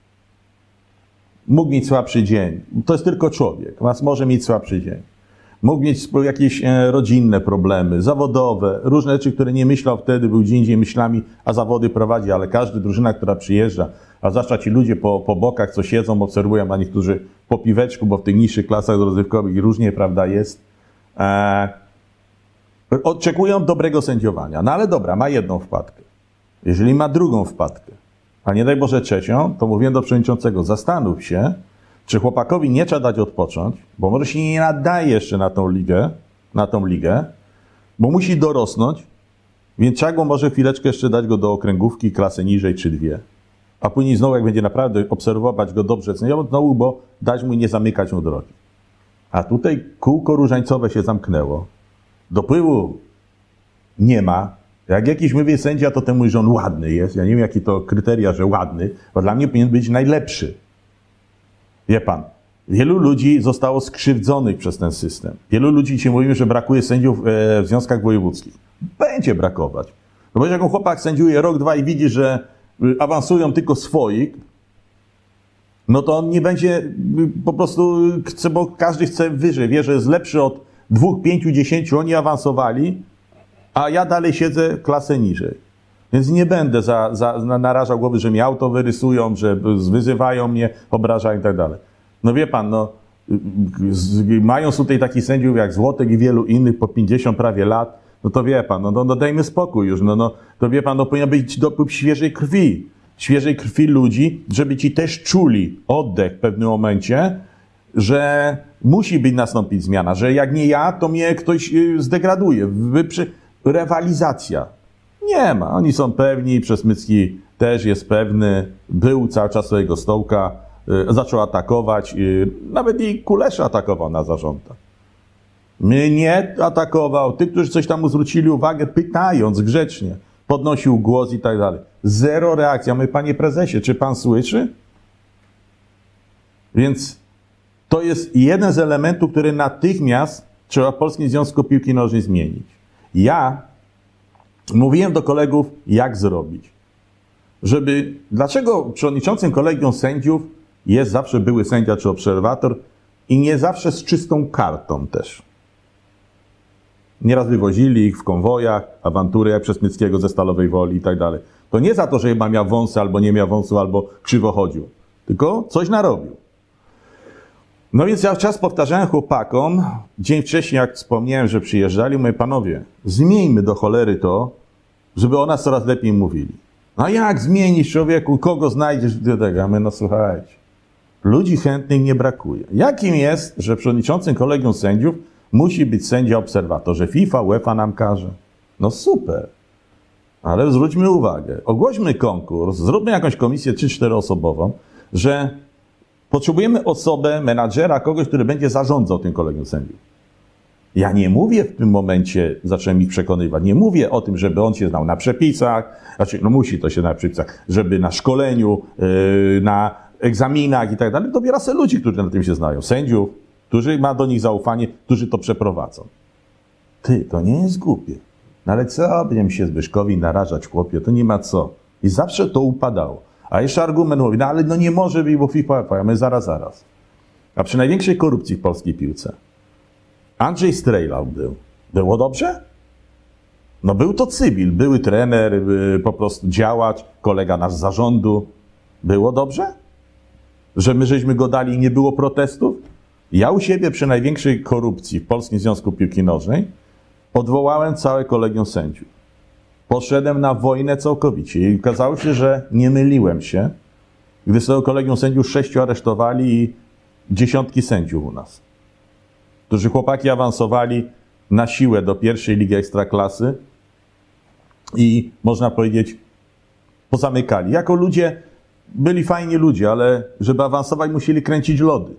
Mógł mieć słabszy dzień. To jest tylko człowiek. Może mieć słabszy dzień. Mógł mieć jakieś rodzinne problemy, zawodowe, różne rzeczy, które nie myślał wtedy, był gdzie indziej myślami, a zawody prowadzi, ale każda drużyna, która przyjeżdża, a zwłaszcza ci ludzie po, po bokach, co siedzą, obserwują, a niektórzy po piweczku, bo w tych niższych klasach rozrywkowych różnie, prawda, jest, e, oczekują dobrego sędziowania. No ale dobra, ma jedną wpadkę. Jeżeli ma drugą wpadkę, a nie daj Boże trzecią, to mówię do przewodniczącego, zastanów się, czy chłopakowi nie trzeba dać odpocząć, bo może się nie nadaje jeszcze na tą ligę, na tą ligę, bo musi dorosnąć Więc trzeba go może chwileczkę jeszcze dać go do okręgówki, klasę niżej czy dwie. A później znowu, jak będzie naprawdę obserwować go dobrze, znowu, bo dać mu nie zamykać mu drogi. A tutaj kółko różańcowe się zamknęło. Dopływu nie ma. Jak jakiś mówi sędzia, to ten mówi, że on ładny jest. Ja nie wiem, jakie to kryteria, że ładny, bo dla mnie powinien być najlepszy. Wie pan, wielu ludzi zostało skrzywdzonych przez ten system. Wielu ludzi ci mówimy, że brakuje sędziów w związkach wojewódzkich. Będzie brakować. No bo jak chłopak sędziuje rok, dwa i widzi, że awansują tylko swoich, no to on nie będzie po prostu, chce, bo każdy chce wyżej, wie, że jest lepszy od dwóch, pięciu, dziesięciu, oni awansowali, a ja dalej siedzę klasę niżej. Więc nie będę za, za, narażał głowy, że mnie auto wyrysują, że wyzywają mnie, obrażają i tak dalej. No wie pan, no, mają tutaj takich sędziów jak Złotek i wielu innych po pięćdziesiąt prawie lat, no to wie pan, no, no, no dajmy spokój już, no, no to wie pan, no powinien być dopływ świeżej krwi, świeżej krwi ludzi, żeby ci też czuli oddech w pewnym momencie, że musi być nastąpić zmiana, że jak nie ja, to mnie ktoś zdegraduje, wyprzy... rywalizacja. Nie ma, oni są pewni, Przesmycki też jest pewny, był cały czas swojego stołka, y, zaczął atakować, y, nawet i Kulesza atakował na zarządach. Mnie nie atakował. Tych, którzy coś tam mu zwrócili uwagę, pytając grzecznie, podnosił głos i tak dalej. Zero reakcji. A my, panie prezesie, czy pan słyszy? Więc to jest jeden z elementów, który natychmiast trzeba w Polskim Związku Piłki Nożnej zmienić. Ja mówiłem do kolegów, jak zrobić. Żeby, dlaczego przewodniczącym kolegium sędziów jest zawsze były sędzia czy obserwator i nie zawsze z czystą kartą też. Nieraz wywozili ich w konwojach, awantury jak Przesmyckiego ze Stalowej Woli i tak dalej. To nie za to, że chyba miał wąsy, albo nie miał wąsu, albo krzywo chodził. Tylko coś narobił. No więc ja czas powtarzałem chłopakom, dzień wcześniej jak wspomniałem, że przyjeżdżali, mówię, panowie, zmieńmy do cholery to, żeby o nas coraz lepiej mówili. No jak zmienić człowieku, kogo znajdziesz do tego? A my, no słuchajcie, ludzi chętnych nie brakuje. Jakim jest, że przewodniczącym kolegium sędziów musi być sędzia obserwator, że FIFA, UEFA nam każe? No super. Ale zwróćmy uwagę, ogłośmy konkurs, zróbmy jakąś komisję trzy cztery osobową, że potrzebujemy osobę, menadżera, kogoś, który będzie zarządzał tym kolegium sędziów. Ja nie mówię w tym momencie, zacząłem ich przekonywać, nie mówię o tym, żeby on się znał na przepisach, znaczy, no musi to się na przepisach, żeby na szkoleniu, yy, na egzaminach i tak dalej, dobiera sobie ludzi, którzy na tym się znają, sędziów, którzy ma do nich zaufanie, którzy to przeprowadzą. Ty, to nie jest głupie. No ale co, będziemy się Zbyszkowi narażać, chłopie, to nie ma co. I zawsze to upadało. A jeszcze argument mówi, no ale no nie może być, bo FIFA, a my zaraz, zaraz. A przy największej korupcji w polskiej piłce Andrzej Strejlał był. Było dobrze? No był to cywil, były trener, yy, po prostu działacz, kolega nasz z zarządu. Było dobrze? Że my żeśmy go dali i nie było protestów? Ja u siebie przy największej korupcji w Polskim Związku Piłki Nożnej odwołałem całe kolegium sędziów. Poszedłem na wojnę całkowicie i okazało się, że nie myliłem się, gdy z tego kolegium sędziów sześciu aresztowali i dziesiątki sędziów u nas, którzy chłopaki awansowali na siłę do pierwszej ligi ekstraklasy i można powiedzieć pozamykali. Jako ludzie byli fajni ludzie, ale żeby awansować musieli kręcić lody.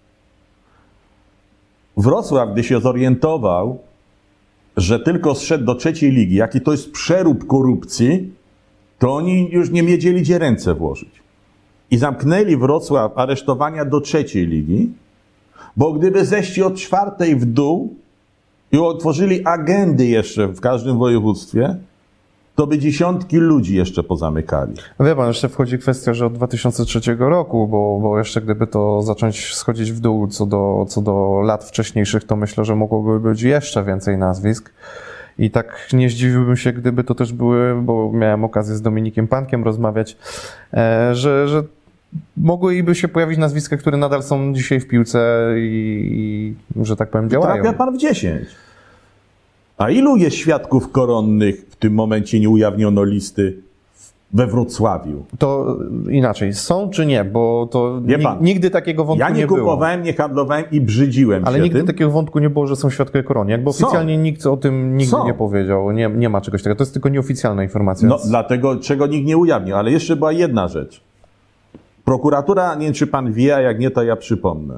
Wrocław, gdy się zorientował, że tylko zszedł do trzeciej ligi, jaki to jest przerób korupcji, to oni już nie wiedzieli, gdzie ręce włożyć. I zamknęli Wrocław aresztowania do trzeciej ligi, bo gdyby zeszli od czwartej w dół i otworzyli agendy jeszcze w każdym województwie, to by dziesiątki ludzi jeszcze pozamykali. Wie pan, jeszcze wchodzi kwestia, że od dwa tysiące trzeciego roku, bo, bo jeszcze gdyby to zacząć schodzić w dół co do, co do lat wcześniejszych, to myślę, że mogłoby być jeszcze więcej nazwisk. I tak nie zdziwiłbym się, gdyby to też były, bo miałem okazję z Dominikiem Pankiem rozmawiać, e, że, że mogłyby się pojawić nazwiska, które nadal są dzisiaj w piłce i, i że tak powiem, działają. Trafia pan w dziesięć. A ilu jest świadków koronnych, w tym momencie nie ujawniono listy, we Wrocławiu. To inaczej, są czy nie? Bo to Wie nig- pan, nigdy takiego wątku Ja nie, nie było. kupowałem, nie handlowałem i brzydziłem Ale się nigdy tym. takiego wątku nie było, że są świadkowie korony. Jakby Są. oficjalnie nikt o tym nigdy Są. nie powiedział. Nie, nie ma czegoś takiego. To jest tylko nieoficjalna informacja. No, więc- dlatego, czego nikt nie ujawnił. Ale jeszcze była jedna rzecz. Prokuratura, nie wiem czy pan wie, a jak nie, to ja przypomnę.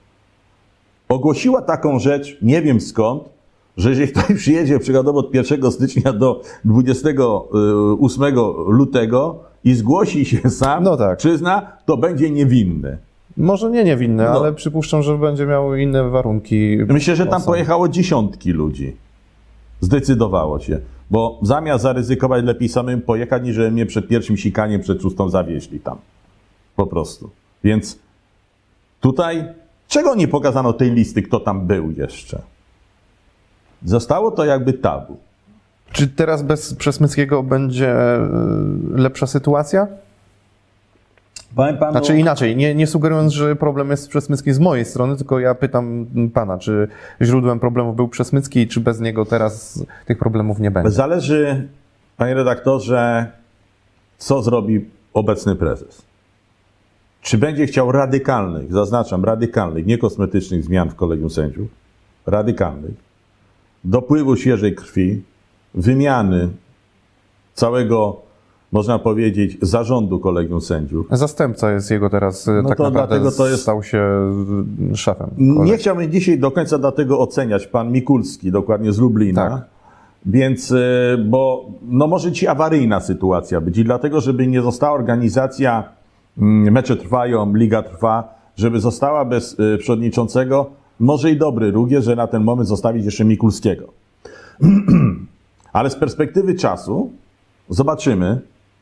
Ogłosiła taką rzecz, nie wiem skąd, że jeżeli ktoś przyjedzie przykładowo od pierwszego stycznia do dwudziestego ósmego lutego i zgłosi się sam, No tak. przyzna, to będzie niewinny. Może nie niewinny, No. ale przypuszczam, że będzie miał inne warunki. Myślę, że tam osądu. pojechało dziesiątki ludzi. Zdecydowało się. Bo zamiast zaryzykować, lepiej samym pojechać, niż żeby mnie przed pierwszym sikaniem, przed szóstą zawieźli tam. Po prostu. Więc tutaj, czego nie pokazano tej listy, kto tam był jeszcze? Zostało to jakby tabu. Czy teraz bez Przesmyckiego będzie e, lepsza sytuacja? Powiem panu, Znaczy inaczej, nie, nie sugerując, że problem jest z Przesmyckim z mojej strony, tylko ja pytam pana, czy źródłem problemów był Przesmycki i czy bez niego teraz tych problemów nie będzie? zależy, panie redaktorze, co zrobi obecny prezes. Czy będzie chciał radykalnych, zaznaczam, radykalnych, nie kosmetycznych zmian w kolegium sędziów, radykalnych, dopływu świeżej krwi, wymiany całego, można powiedzieć, zarządu kolegium sędziów. Zastępca jest jego teraz, no tak to naprawdę dlatego to jest- stał się y, szefem. Nie chciałbym dzisiaj do końca dlatego oceniać, pan Mikulski, dokładnie z Lublina, Tak. więc, y, bo no może ci awaryjna sytuacja być i dlatego, żeby nie została organizacja, mm, mecze trwają, liga trwa, żeby została bez y, przewodniczącego, może i dobry ruch jest, że na ten moment zostawić jeszcze Mikulskiego. Ale z perspektywy czasu zobaczymy,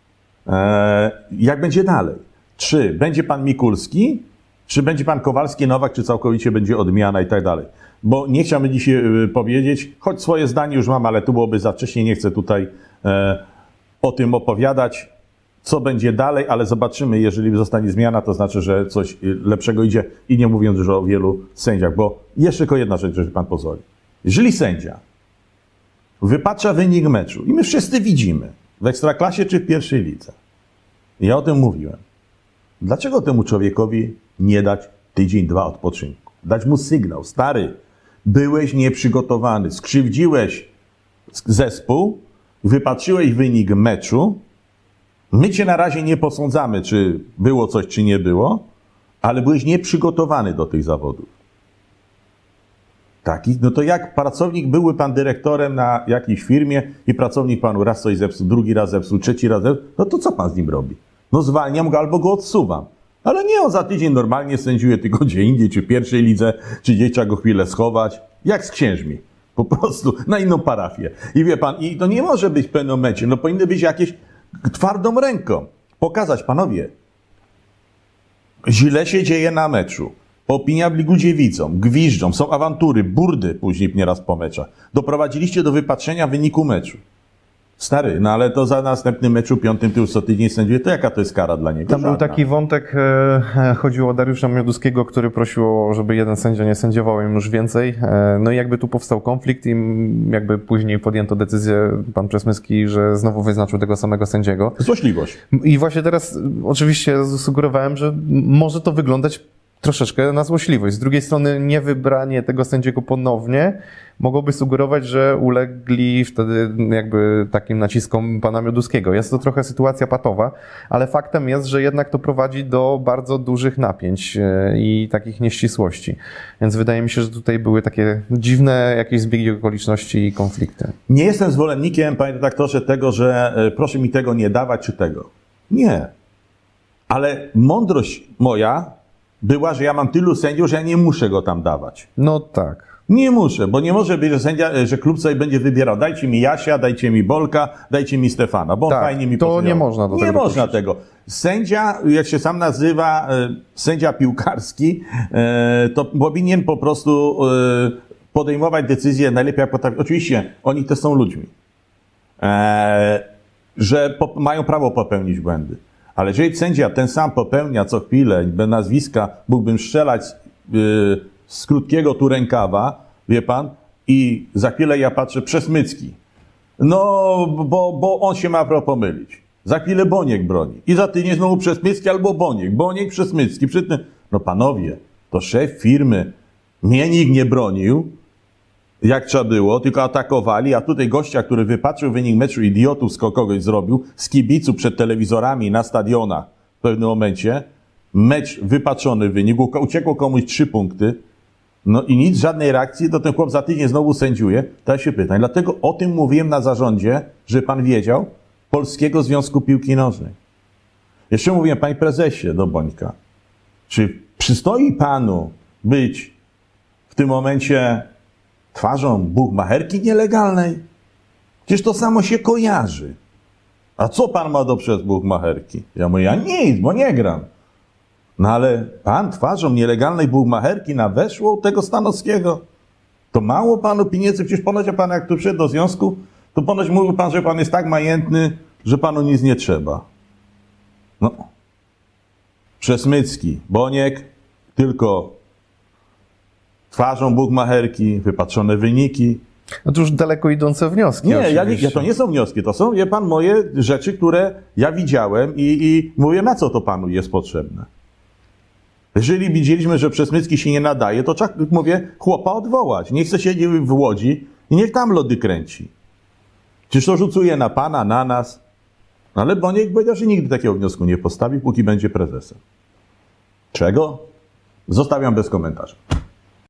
e, jak będzie dalej. Czy będzie pan Mikulski, czy będzie pan Kowalski-Nowak, czy całkowicie będzie odmiana i tak dalej. Bo nie chciałbym dzisiaj y, powiedzieć, choć swoje zdanie już mam, ale tu byłoby za wcześnie, nie chcę tutaj e, o tym opowiadać, co będzie dalej, ale zobaczymy, jeżeli zostanie zmiana, to znaczy, że coś y, lepszego idzie i nie mówiąc już o wielu sędziach, bo jeszcze tylko jedna rzecz, jeżeli pan pozwoli. Jeżeli sędzia wypacza wynik meczu i my wszyscy widzimy, w Ekstraklasie czy w pierwszej lidze, ja o tym mówiłem, dlaczego temu człowiekowi nie dać tydzień, dwa odpoczynku? Dać mu sygnał, stary, byłeś nieprzygotowany, skrzywdziłeś zespół, wypatrzyłeś wynik meczu, my cię na razie nie posądzamy, czy było coś, czy nie było, ale byłeś nieprzygotowany do tych zawodów. Taki, no to jak pracownik, były pan dyrektorem na jakiejś firmie i pracownik panu raz coś zepsuł, drugi raz zepsuł, trzeci raz zepsuł, no to co pan z nim robi? No zwalniam go albo go odsuwam. Ale nie, on za tydzień normalnie sędziuje tylko gdzie indziej, czy w pierwszej lidze, czy gdzieś trzeba go chwilę schować. Jak z księżmi. Po prostu na inną parafię. I wie pan, i to nie może być w pewnym momencie, no powinny być jakieś twardą ręką. Pokazać, panowie, źle się dzieje na meczu. Opinia ludzie widzą, gwiżdżą, są awantury, burdy później nieraz po meczach. Doprowadziliście do wypatrzenia wyniku meczu. Stary, no ale to za następnym meczu, piątym, ty już co tydzień sędziuje, to jaka to jest kara dla niego? Tam był Żadna. taki wątek, e, chodziło o Dariusza Mioduskiego, który prosił, żeby jeden sędzia nie sędziował im już więcej. E, no i jakby tu powstał konflikt i m, jakby później podjęto decyzję, pan Przesmycki, że znowu wyznaczył tego samego sędziego. Złośliwość. I właśnie teraz oczywiście sugerowałem, że może to wyglądać troszeczkę na złośliwość. Z drugiej strony niewybranie tego sędziego ponownie mogłoby sugerować, że ulegli wtedy jakby takim naciskom pana Mioduskiego. Jest to trochę sytuacja patowa, ale faktem jest, że jednak to prowadzi do bardzo dużych napięć e, i takich nieścisłości. Więc wydaje mi się, że tutaj były takie dziwne jakieś zbiegi okoliczności i konflikty. Nie jestem zwolennikiem, panie redaktorze, tego, że e, proszę mi tego nie dawać czy tego. Nie. Ale mądrość moja była, że ja mam tylu sędziów, że ja nie muszę go tam dawać. No tak. Nie muszę, bo nie może być, że sędzia, że klub sobie będzie wybierał. Dajcie mi Jasia, dajcie mi Bolka, dajcie mi Stefana, bo on Tak, fajnie mi to posługiwał. nie można do Nie tego można dopuścić. tego. Sędzia, jak się sam nazywa, e, sędzia piłkarski, e, to powinien po prostu e, podejmować decyzje najlepiej jak potrafi. Oczywiście, oni też są ludźmi. E, że po, mają prawo popełnić błędy. Ale jeżeli sędzia ten sam popełnia co chwilę, bez nazwiska, mógłbym strzelać yy, z krótkiego tu rękawa, wie pan, i za chwilę ja patrzę, Przesmycki. No, bo, bo on się ma prawo pomylić. Za chwilę Boniek broni. I za tydzień znowu Przesmycki albo Boniek. Boniek, Przesmycki. Przy tym, no panowie, to szef firmy mnie nikt nie bronił, jak trzeba było, tylko atakowali, a tutaj gościa, który wypatrzył wynik meczu idiotów, z kogoś zrobił, z kibiców przed telewizorami na stadionach w pewnym momencie, mecz wypatrzony wynik, uciekło komuś trzy punkty, no i nic, żadnej reakcji, to ten chłop za tydzień znowu sędziuje. To ja się pytam, dlatego o tym mówiłem na zarządzie, że pan wiedział, Polskiego Związku Piłki Nożnej. Jeszcze mówiłem, panie prezesie, do Bońka, czy przystoi panu być w tym momencie twarzą buchmacherki nielegalnej? Przecież to samo się kojarzy. A co pan ma do przez buchmacherki? Ja mówię, ja nic, bo nie gram. No ale pan twarzą nielegalnej buchmacherki na weszło tego Stanowskiego? To mało panu pieniędzy? Przecież ponoć pan jak tu przyszedł do związku, to ponoć mówił pan, że pan jest tak majętny, że panu nic nie trzeba. No. Przesmycki, Boniek, tylko twarzą buchmacherki, wypatrzone wyniki. No to już daleko idące wnioski. Nie, ja, oczywiście. ja, to nie są wnioski, to są, wie pan, moje rzeczy, które ja widziałem i, i mówię, na co to panu jest potrzebne. Jeżeli widzieliśmy, że Przesmycki się nie nadaje, to trzeba, mówię, chłopa odwołać. Niech chce siedzieć w Łodzi i niech tam lody kręci. Czyż to rzucuje na pana, na nas? Ale Boniek powiedział, że nigdy takiego wniosku nie postawi, póki będzie prezesem. Czego? Zostawiam bez komentarza.